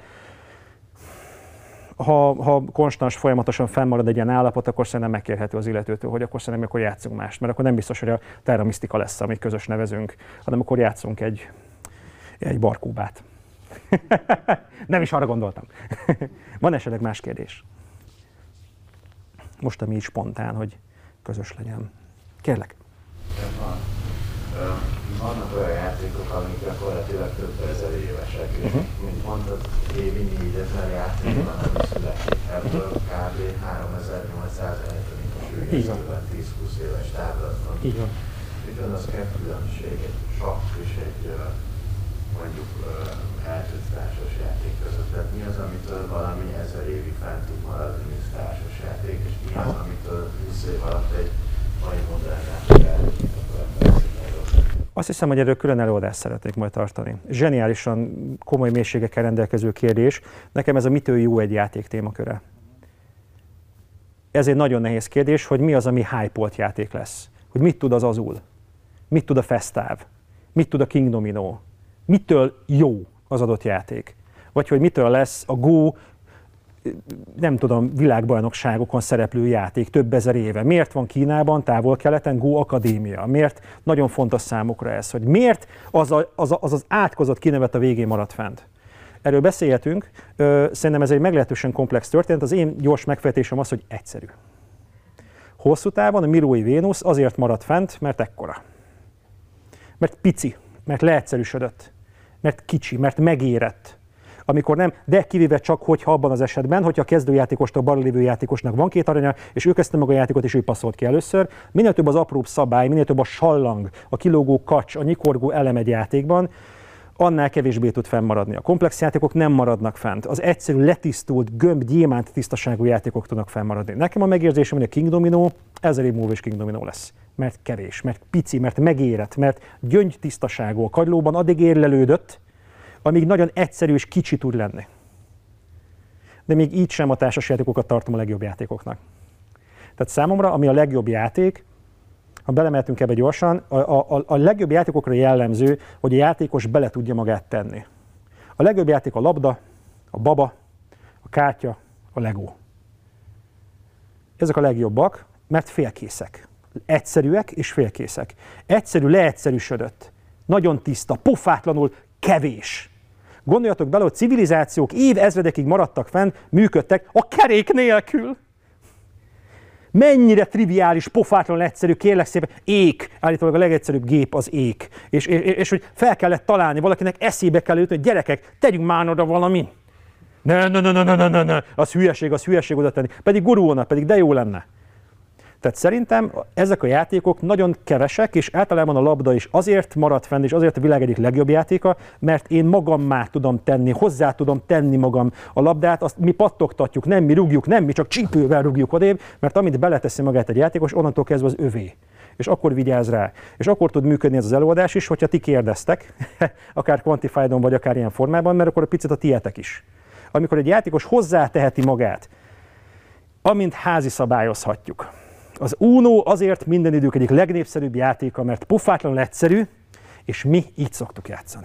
Ha, ha konstans, folyamatosan fennmarad egy ilyen állapot, akkor szerintem megkérhető az illetőtől, hogy akkor szerintem akkor játszunk mást. Mert akkor nem biztos, hogy a Terra Mystica lesz, ami közös nevezünk, hanem akkor játszunk egy, egy barkóbát. Nem is arra gondoltam. Van esetleg más kérdés? Most, ami így spontán, hogy közös legyen. Kérlek. Van. Vannak olyan játékok, amik gyakorlatilag több ezer évesek, és uh-huh. mint mondtad, évi négyezer játék van, ami születik. Ebből kb. háromezer-nyolcszáz elektronikus tíz-húsz éves távlatban. Így van. Ugyan az kell különbség egy sakk és egy mondjuk eltűnt társas játék között. Tehát mi az, amitől valami ezer évig fent tud maradni, mint társas játék, és mi az, amitől húsz év alatt egy mai modern játék eltűnt. Azt hiszem, hogy erről külön előadást szeretnék majd tartani. Zseniálisan komoly mélységekkel rendelkező kérdés. Nekem ez a mitől jó egy játék témaköre. Ez egy nagyon nehéz kérdés, hogy mi az, ami hype-olt játék lesz. Hogy mit tud az Azul, mit tud a Festáv, mit tud a King Domino, mitől jó az adott játék. Vagy hogy mitől lesz a Go, nem tudom, világbajnokságokon szereplő játék több ezer éve. Miért van Kínában, távol-keleten Go Akadémia? Miért nagyon fontos számukra ez, hogy miért az a, az, a, az, az átkozott kinevet a végén maradt fent? Erről beszélhetünk, szerintem ez egy meglehetősen komplex történet, az én gyors megfejtésem az, hogy egyszerű. Hosszú távon a Milói Vénusz azért maradt fent, mert ekkora. Mert pici, mert leegyszerűsödött, mert kicsi, mert megérett. Amikor nem, de kivéve csak, hogyha abban az esetben, hogyha a kezdőjátékostól balra lévő játékosnak van két aranya, és ő kezdte meg a játékot, és ő passzolt ki először, minél több az apróbb szabály, minél több a sallang, a kilógó kacs, a nyikorgó elem egy játékban, annál kevésbé tud fennmaradni. A komplex játékok nem maradnak fent. Az egyszerű, letisztult, gömb, gyémánt tisztaságú játékok tudnak fennmaradni. Nekem a megérzésem, hogy a King Domino ezer év múlva is King Domino lesz. Mert kevés, mert pici, mert megérett, mert gyöngy tisztaságú. A kagylóban addig érlelődött, amíg nagyon egyszerű és kicsi tud lenni. De még így sem a társasjátékokat tartom a legjobb játékoknak. Tehát számomra, ami a legjobb játék, ha belemeltünk ebbe gyorsan, a, a, a legjobb játékokra jellemző, hogy a játékos bele tudja magát tenni. A legjobb játék a labda, a baba, a kártya, a Lego. Ezek a legjobbak, mert félkészek. Egyszerűek és félkészek. Egyszerű, leegyszerűsödött. Nagyon tiszta, pofátlanul kevés. Gondoljatok bele, hogy civilizációk évezredekig maradtak fenn, működtek a kerék nélkül. Mennyire triviális, pofátlanul egyszerű, kérlek szépen, ék. Állítólag a legegyszerűbb gép az ék. És, és, és hogy fel kellett találni, valakinek eszébe kell jutni, hogy gyerekek, tegyünk már oda valami. Ne, ne, ne, ne, ne, ne, ne, az hülyeség, az hülyeség oda tenni. Pedig gurulna, pedig de jó lenne. Tehát szerintem ezek a játékok nagyon kevesek, és általában a labda is azért maradt fenn, és azért a világ egyik legjobb játéka, mert én magammá tudom tenni, hozzá tudom tenni magam a labdát, azt mi pattogtatjuk, nem mi rúgjuk, nem mi csak csípővel rúgjuk odébb, mert amit beleteszi magát egy játékos, onnantól kezdve az övé. És akkor vigyáz rá. És akkor tud működni ez az előadás is, hogyha ti kérdeztek, akár Quantified-on, vagy akár ilyen formában, mert akkor a picit a tietek is. Amikor egy játékos hozzáteheti magát, amint házi szabályozhatjuk. Az Uno azért minden idők egyik legnépszerűbb játéka, mert pofátlanul egyszerű, és mi így szoktuk játszani.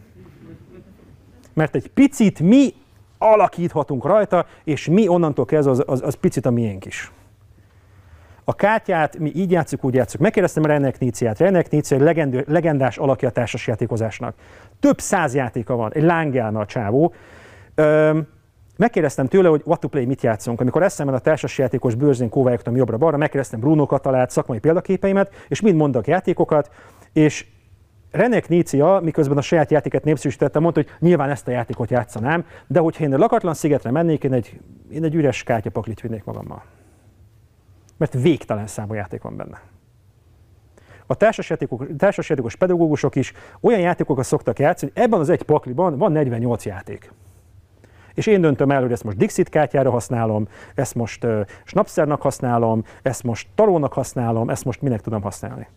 Mert egy picit mi alakíthatunk rajta, és mi onnantól kezdve az, az, az picit a miénk is. A kártyát mi így játszuk, úgy játszuk. Megkérdeztem René Kníciát. René Kníci egy legendő, legendás alakja a társasjátékozásnak. Több száz játéka van, egy lángelme a csávó. Öm, Megkérdeztem tőle, hogy what to play, mit játszunk. Amikor eszemben a társasjátékos bőrzén kóvályogtam jobbra-balra, megkérdeztem Bruno Katalát, szakmai példaképeimet, és mind mondtak játékokat, és René Knícia, miközben a saját játéket népszerűsítette, mondta, hogy nyilván ezt a játékot játszanám, de hogyha én a lakatlan szigetre mennék, én egy, én egy üres kártyapaklit vinnék magammal. Mert végtelen számú játék van benne. A társasjátékos, társasjátékos pedagógusok is olyan játékokat szoktak játszani, hogy ebben az egy pakliban van negyvennyolc játék. És én döntöm el, hogy ezt most Dixit kártyára használom, ezt most uh, Schnapszernak használom, ezt most Tarónak használom, ezt most minek tudom használni.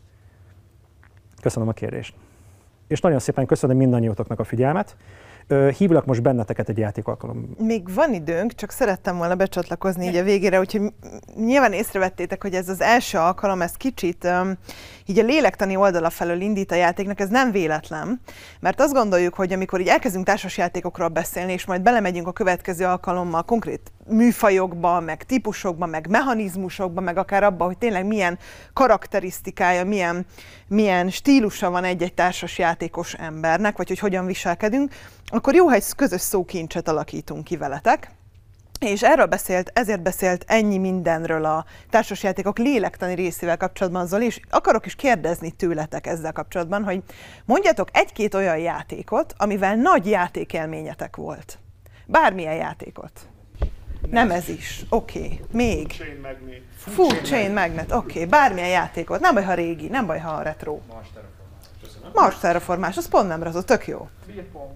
Köszönöm a kérdést. És nagyon szépen köszönöm mindannyiótoknak a figyelmet. Hívlak most benneteket egy játékalkalom. Még van időnk, csak szerettem volna becsatlakozni így a végére, úgyhogy nyilván észrevettétek, hogy ez az első alkalom, ez kicsit um, így a lélektani oldala felől indít a játéknak, ez nem véletlen, mert azt gondoljuk, hogy amikor így elkezdünk társasjátékokról beszélni, és majd belemegyünk a következő alkalommal konkrét műfajokba, meg típusokba, meg mechanizmusokba, meg akár abba, hogy tényleg milyen karakterisztikája, milyen, milyen stílusa van egy-egy társasjátékos embernek, vagy hogy hogyan viselkedünk, akkor jó, ha egy közös szókincset alakítunk ki veletek. És erről beszélt, ezért beszélt ennyi mindenről a társasjátékok lélektani részével kapcsolatban Zoli, és akarok is kérdezni tőletek ezzel kapcsolatban, hogy mondjatok egy-két olyan játékot, amivel nagy játékélményetek volt. Bármilyen játékot. Nem ez is. Oké. Okay. Még. Chain Magnet. Food Chain Magnet. Oké. Okay. Bármilyen játékot. Nem baj, ha régi, nem baj, ha retro. Mars Terraformás. Mars Terraformás, az pont nem razó, tök jó. Beer pong.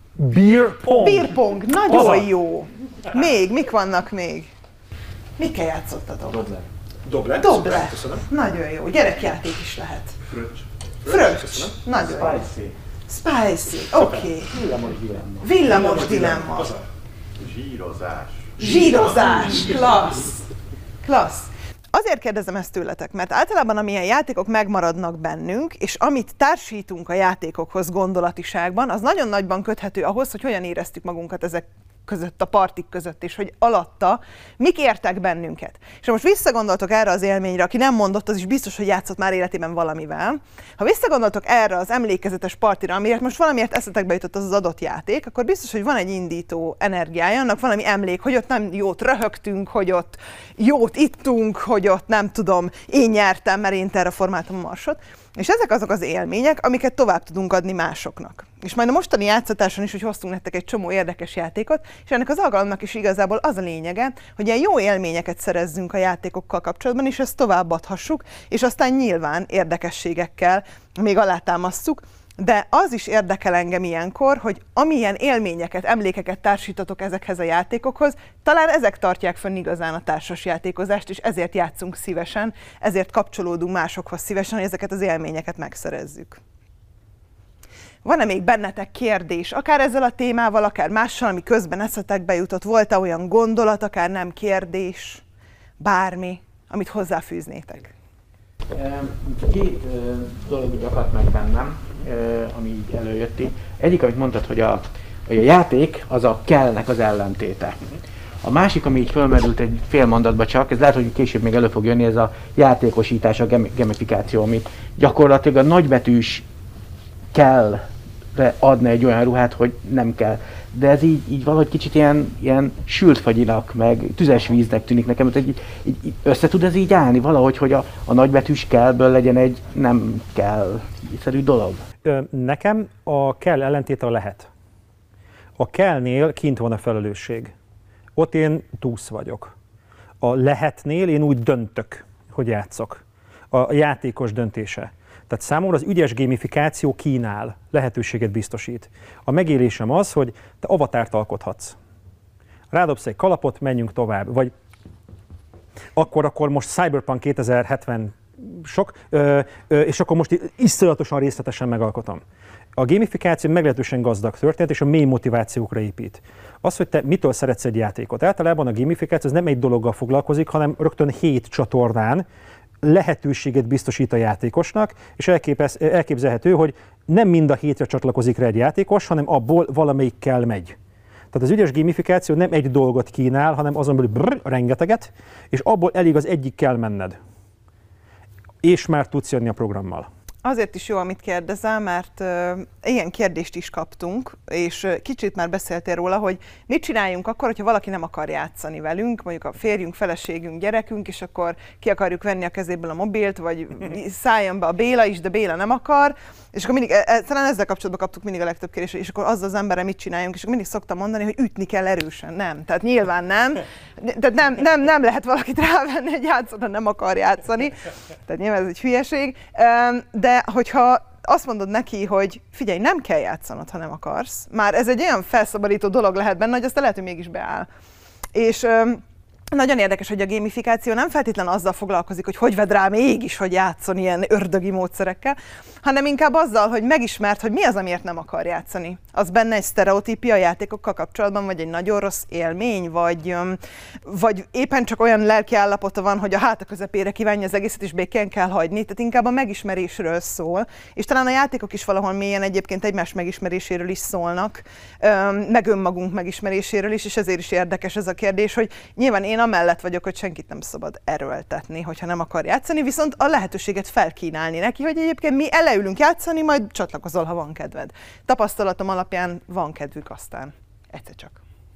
Beer pong. Beer pong, nagyon Haza. jó. Még, mik vannak még? Mikkel játszottatok? Dobler. Dobler. Dobre. Köszönöm. Nagyon jó. Gyerekjáték is lehet. Fröccs. Fröccs. Nagyon jó. Spicy. Spicy. Oké. Okay. Villamos dilemma. Villamos dilemma. Az a Zsírozás. Zsírozás. Klassz. Klassz. Azért kérdezem ezt tőletek, mert általában amilyen játékok megmaradnak bennünk, és amit társítunk a játékokhoz gondolatiságban, az nagyon nagyban köthető ahhoz, hogy hogyan éreztük magunkat ezek között, a partik között, és hogy alatta mik értek bennünket. És ha most visszagondoltok erre az élményre, aki nem mondott, az is biztos, hogy játszott már életében valamivel. Ha visszagondoltok erre az emlékezetes partira, amiért most valamiért eszetekbe jutott az az adott játék, akkor biztos, hogy van egy indító energiája, annak valami emlék, hogy ott nem jót röhögtünk, hogy ott jót ittunk, hogy ott nem tudom, én nyertem, mert én terraformáltam a Marsot. És ezek azok az élmények, amiket tovább tudunk adni másoknak. És majd a mostani játszatáson is, hogy hoztunk nektek egy csomó érdekes játékot, és ennek az alkalomnak is igazából az a lényege, hogy ilyen jó élményeket szerezzünk a játékokkal kapcsolatban, és ezt továbbadhassuk, és aztán nyilván érdekességekkel még alátámasztjuk. De az is érdekel engem ilyenkor, hogy amilyen élményeket, emlékeket társítotok ezekhez a játékokhoz, talán ezek tartják fönn igazán a társasjátékozást, és ezért játszunk szívesen, ezért kapcsolódunk másokhoz szívesen, hogy ezeket az élményeket megszerezzük. Van-e még bennetek kérdés, akár ezzel a témával, akár mással, ami közben eszetekbe jutott? Volt-e olyan gondolat, akár nem kérdés, bármi, amit hozzáfűznétek? Két dolog így akadt meg bennem, ami így előjött így. Egyik, amit mondtad, hogy a, hogy a játék az a kellnek az ellentéte. A másik, ami így fölmerült egy fél mondatba csak, ez lehet, hogy később még elő fog jönni, ez a játékosítás, a gamifikáció, ami gyakorlatilag a nagybetűs kell adni egy olyan ruhát, hogy nem kell. De ez így, így valahogy kicsit ilyen, ilyen sült fagyinak, meg tüzes víznek tűnik nekem, hogy így, így, így össze tud ez így állni valahogy, hogy a, a nagybetűs kellből legyen egy nem kell szerű dolog? Nekem a kell ellentéte a lehet. A kellnél kint van a felelősség. Ott én túsz vagyok. A lehetnél én úgy döntök, hogy játszok. A játékos döntése. Tehát számomra az ügyes gamifikáció kínál, lehetőséget biztosít. A megélésem az, hogy te avatárt alkothatsz. Rádobsz egy kalapot, menjünk tovább. Vagy akkor, akkor most Cyberpunk kétezer-hetven sok, ö, ö, és akkor most iszonyatosan részletesen megalkotom. A gamifikáció meglehetősen gazdag történet, és a mély motivációkra épít. Az, hogy te mitől szeretsz egy játékot. Általában a gamifikáció az nem egy dologgal foglalkozik, hanem rögtön hét csatornán lehetőséget biztosít a játékosnak, és elképzelhető, hogy nem mind a hétre csatlakozik rá egy játékos, hanem abból valamelyikkel megy. Tehát az ügyes gamifikáció nem egy dolgot kínál, hanem azon belül brrr, rengeteget, és abból elég az egyikkel menned. És már tudsz jönni a programmal. Azért is jó, amit kérdezel, mert uh, ilyen kérdést is kaptunk, és uh, kicsit már beszéltél róla, hogy mit csináljunk akkor, hogyha valaki nem akar játszani velünk, mondjuk a férjünk, feleségünk, gyerekünk, és akkor ki akarjuk venni a kezéből a mobilt, vagy szálljon be a Béla is, de Béla nem akar, és akkor mindig, e, talán ezzel kapcsolatban kaptuk mindig a legtöbb kérdést, és akkor azzal az emberrel mit csináljunk, és akkor mindig szoktam mondani, hogy ütni kell erősen. Nem, tehát nyilván nem, tehát nem, nem, nem lehet valakit rávenni, hogy játszon, ha nem akar játszani, tehát nyilván ez egy hülyeség, de hogyha azt mondod neki, hogy figyelj, nem kell játszanod, ha nem akarsz, már ez egy olyan felszabadító dolog lehet benne, hogy aztán lehet, hogy mégis beáll. És öm, nagyon érdekes, hogy a gamifikáció nem feltétlenül azzal foglalkozik, hogy hogy vedd rá mégis, hogy játszon ilyen ördögi módszerekkel, hanem inkább azzal, hogy megismert, hogy mi az, amiért nem akar játszani. Az benne egy sztereotípia a játékokkal kapcsolatban, vagy egy nagyon rossz élmény, vagy, vagy éppen csak olyan lelki állapota van, hogy a háta közepére kívánja az egészet, és békén kell hagyni. Tehát inkább a megismerésről szól, és talán a játékok is valahol mélyen egyébként egymás megismeréséről is szólnak, meg önmagunk megismeréséről is, és ezért is érdekes ez a kérdés, hogy nyilván én amellett vagyok, hogy senkit nem szabad erőltetni, hogyha nem akar játszani, viszont a lehetőséget felkínálni neki, hogy egyébként mi eleülünk játszani, majd csatlakozol, ha van kedved. Tapasztalatom alapján van kedvük aztán. Egyszer csak.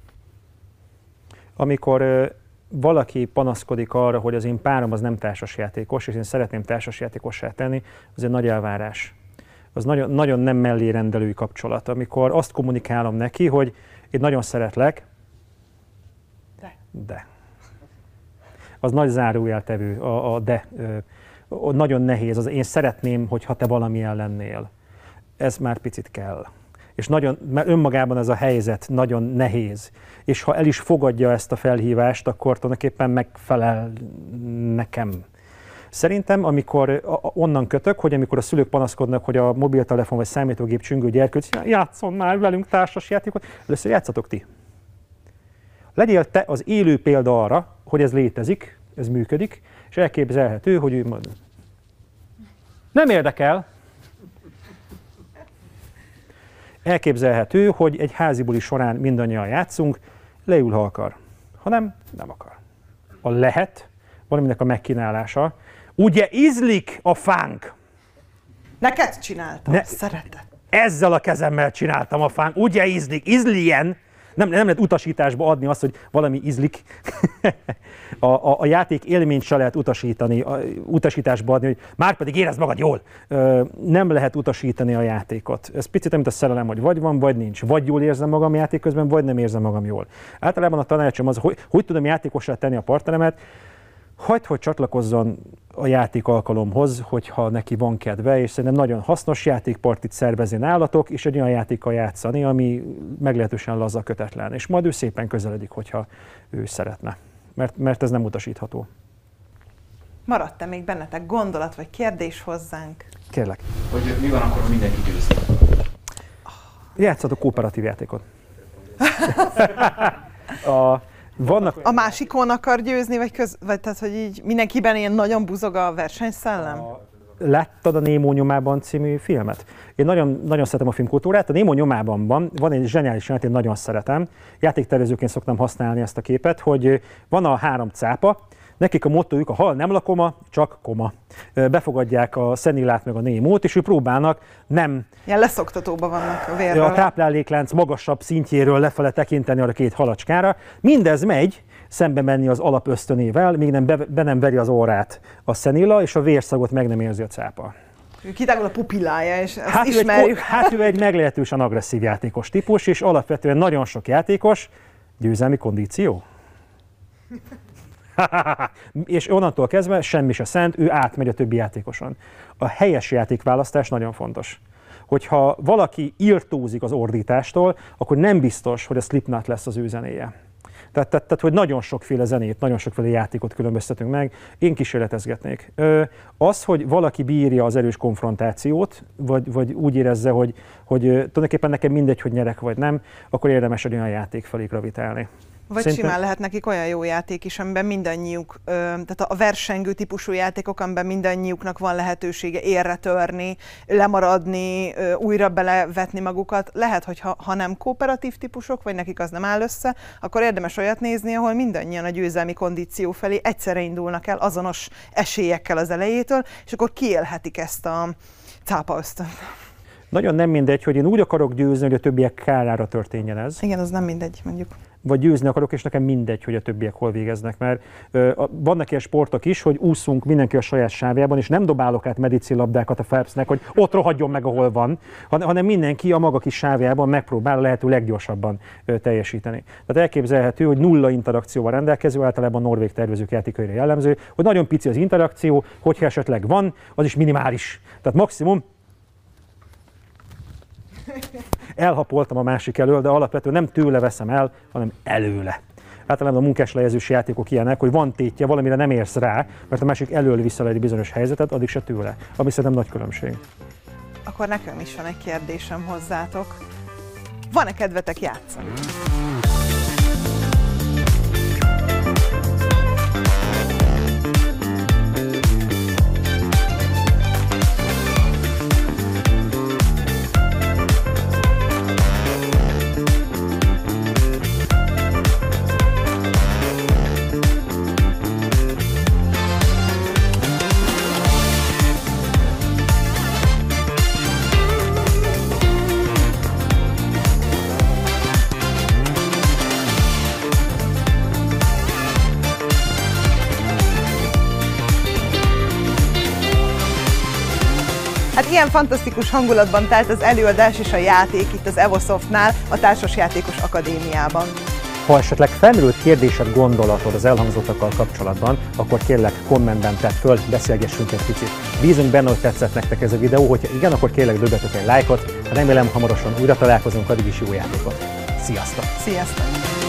Amikor ö, valaki panaszkodik arra, hogy az én párom az nem társasjátékos, és én szeretném társasjátékossá tenni, az egy nagy elvárás. Az nagyon, nagyon nem mellé rendelői kapcsolat. Amikor azt kommunikálom neki, hogy én nagyon szeretlek, de. de. Az nagy zárójeltevő, a, a de. Ö, nagyon nehéz, az én szeretném, hogyha te valamilyen lennél. Ez már picit kell. És nagyon, mert önmagában ez a helyzet nagyon nehéz. És ha el is fogadja ezt a felhívást, akkor tulajdonképpen megfelel nekem. Szerintem, amikor onnan kötök, hogy amikor a szülők panaszkodnak, hogy a mobiltelefon vagy számítógép csüngő gyerkőc, játszon már velünk társasjátékot, először játszatok ti. Legyél te az élő példa arra, hogy ez létezik, ez működik, és elképzelhető, hogy ő mond. Nem érdekel. Elképzelhető, hogy egy házi buli során mindannyian játszunk, leül, ha akar. Ha nem, nem akar. A lehet, valaminek a megkínálása. Ugye ízlik a fánk? Neked csináltam, ne, szeretet. Ezzel a kezemmel csináltam a fánk. Ugye ízlik? Ízlien? Nem, nem lehet utasításba adni azt, hogy valami ízlik. a, a, a játék élményt se lehet utasítani, a, utasításba adni, hogy már pedig érezd magad jól. Ö, nem lehet utasítani a játékot. Ez picit mint a szerelem, hogy vagy van, vagy nincs. Vagy jól érzem magam játék közben, vagy nem érzem magam jól. Általában a tanácsom az, hogy hogy tudom játékossá tenni a partneremet, hagyd, hogy csatlakozzon a játék alkalomhoz, hogyha neki van kedve, és szerintem nagyon hasznos játékpartit szervezni nálatok, és egy olyan játékkal játszani, ami meglehetősen laza, kötetlen. És majd ő szépen közeledik, hogyha ő szeretne. Mert, mert ez nem utasítható. Maradt-e még bennetek gondolat vagy kérdés hozzánk? Kérlek. Hogy mi van akkor, mindenki győzik? Játszatok kooperatív játékot. a, vannak... A másikon akar győzni, vagy, köz, vagy tehát, hogy így mindenkiben ilyen nagyon buzog a versenyszellem? A... Láttad a Némó nyomában című filmet? Én nagyon, nagyon szeretem a filmkultúrát. A Némó nyomában van, van egy zseniális jelenet, én nagyon szeretem. Játéktervezőként szoktam használni ezt a képet, hogy van a három cápa, nekik a mottójuk a hal nem lakoma, csak koma. Befogadják a Szenillát meg a Némót, és ők próbálnak nem... Ilyen leszoktatóban vannak a vérről. A tápláléklánc magasabb szintjéről lefele tekinteni arra két halacskára. Mindez megy, szembe menni az alapösztönével, míg nem be, be nem veri az orrát a Szenilla, és a vérszagot meg nem érzi a cápa. Kitágul a pupillája, és ezt hát ismerjük. Ő egy, hát ő egy meglehetősen agresszív játékos típus, és alapvetően nagyon sok játékos, győzelmi kondíció. És onnantól kezdve semmi se szent, ő átmegy a többi játékoson. A helyes játékválasztás nagyon fontos. Hogyha valaki irtózik az ordítástól, akkor nem biztos, hogy a Slipknot lesz az ő zenéje. Tehát, tehát, tehát, hogy nagyon sokféle zenét, nagyon sokféle játékot különböztetünk meg, én kísérletezgetnék. Az, hogy valaki bírja az erős konfrontációt, vagy, vagy úgy érezze, hogy, hogy tulajdonképpen nekem mindegy, hogy nyerek vagy nem, akkor érdemes egy olyan játék felé gravitálni. Vagy Szerintem... simán lehet nekik olyan jó játék is, amiben mindannyiuk, ö, tehát a versengő típusú játékok, amiben mindannyiuknak van lehetősége érre törni, lemaradni, ö, újra belevetni magukat. Lehet, hogy ha, ha nem kooperatív típusok, vagy nekik az nem áll össze, akkor érdemes olyat nézni, ahol mindannyian a győzelmi kondíció felé egyszerre indulnak el azonos esélyekkel az elejétől, és akkor kiélhetik ezt a cápa ösztönt. Nagyon nem mindegy, hogy én úgy akarok győzni, hogy a többiek kárára történjen ez. Igen, az nem mindegy, mondjuk. Vagy győzni akarok, és nekem mindegy, hogy a többiek hol végeznek, mert ö, vannak ilyen sportok is, hogy úszunk mindenki a saját sávjában, és nem dobálok át medicillabdákat a Phelpsnek, hogy ott rohadjon meg, ahol van, hanem mindenki a maga kis sávjában megpróbál a lehető leggyorsabban ö, teljesíteni. Tehát elképzelhető, hogy nulla interakcióval rendelkező, általában a norvég tervezők játékaira jellemző, hogy nagyon pici az interakció, hogyha esetleg van, az is minimális. Tehát maximum elhapoltam a másik elől, de alapvetően nem tőle veszem el, hanem előle. Általában a munkáslejezős játékok ilyenek, hogy van tétje, valamire nem érsz rá, mert a másik elől vissza egy bizonyos helyzetet, addig se tőle. Ami szerintem nagy különbség. Akkor nekem is van egy kérdésem hozzátok. Van-e kedvetek játszani? Hát ilyen fantasztikus hangulatban telt az előadás és a játék itt az Evosoftnál, a Társasjátékos Akadémiában. Ha esetleg felmerült kérdésed, gondolatod az elhangzottakkal kapcsolatban, akkor kérlek kommentben tedd föl, beszélgessünk egy picit. Bízunk benne, hogy tetszett nektek ez a videó, hogyha igen, akkor kérlek dobjatok egy lájkot, remélem hamarosan újra találkozunk, addig is jó játékot. Sziasztok! Sziasztok!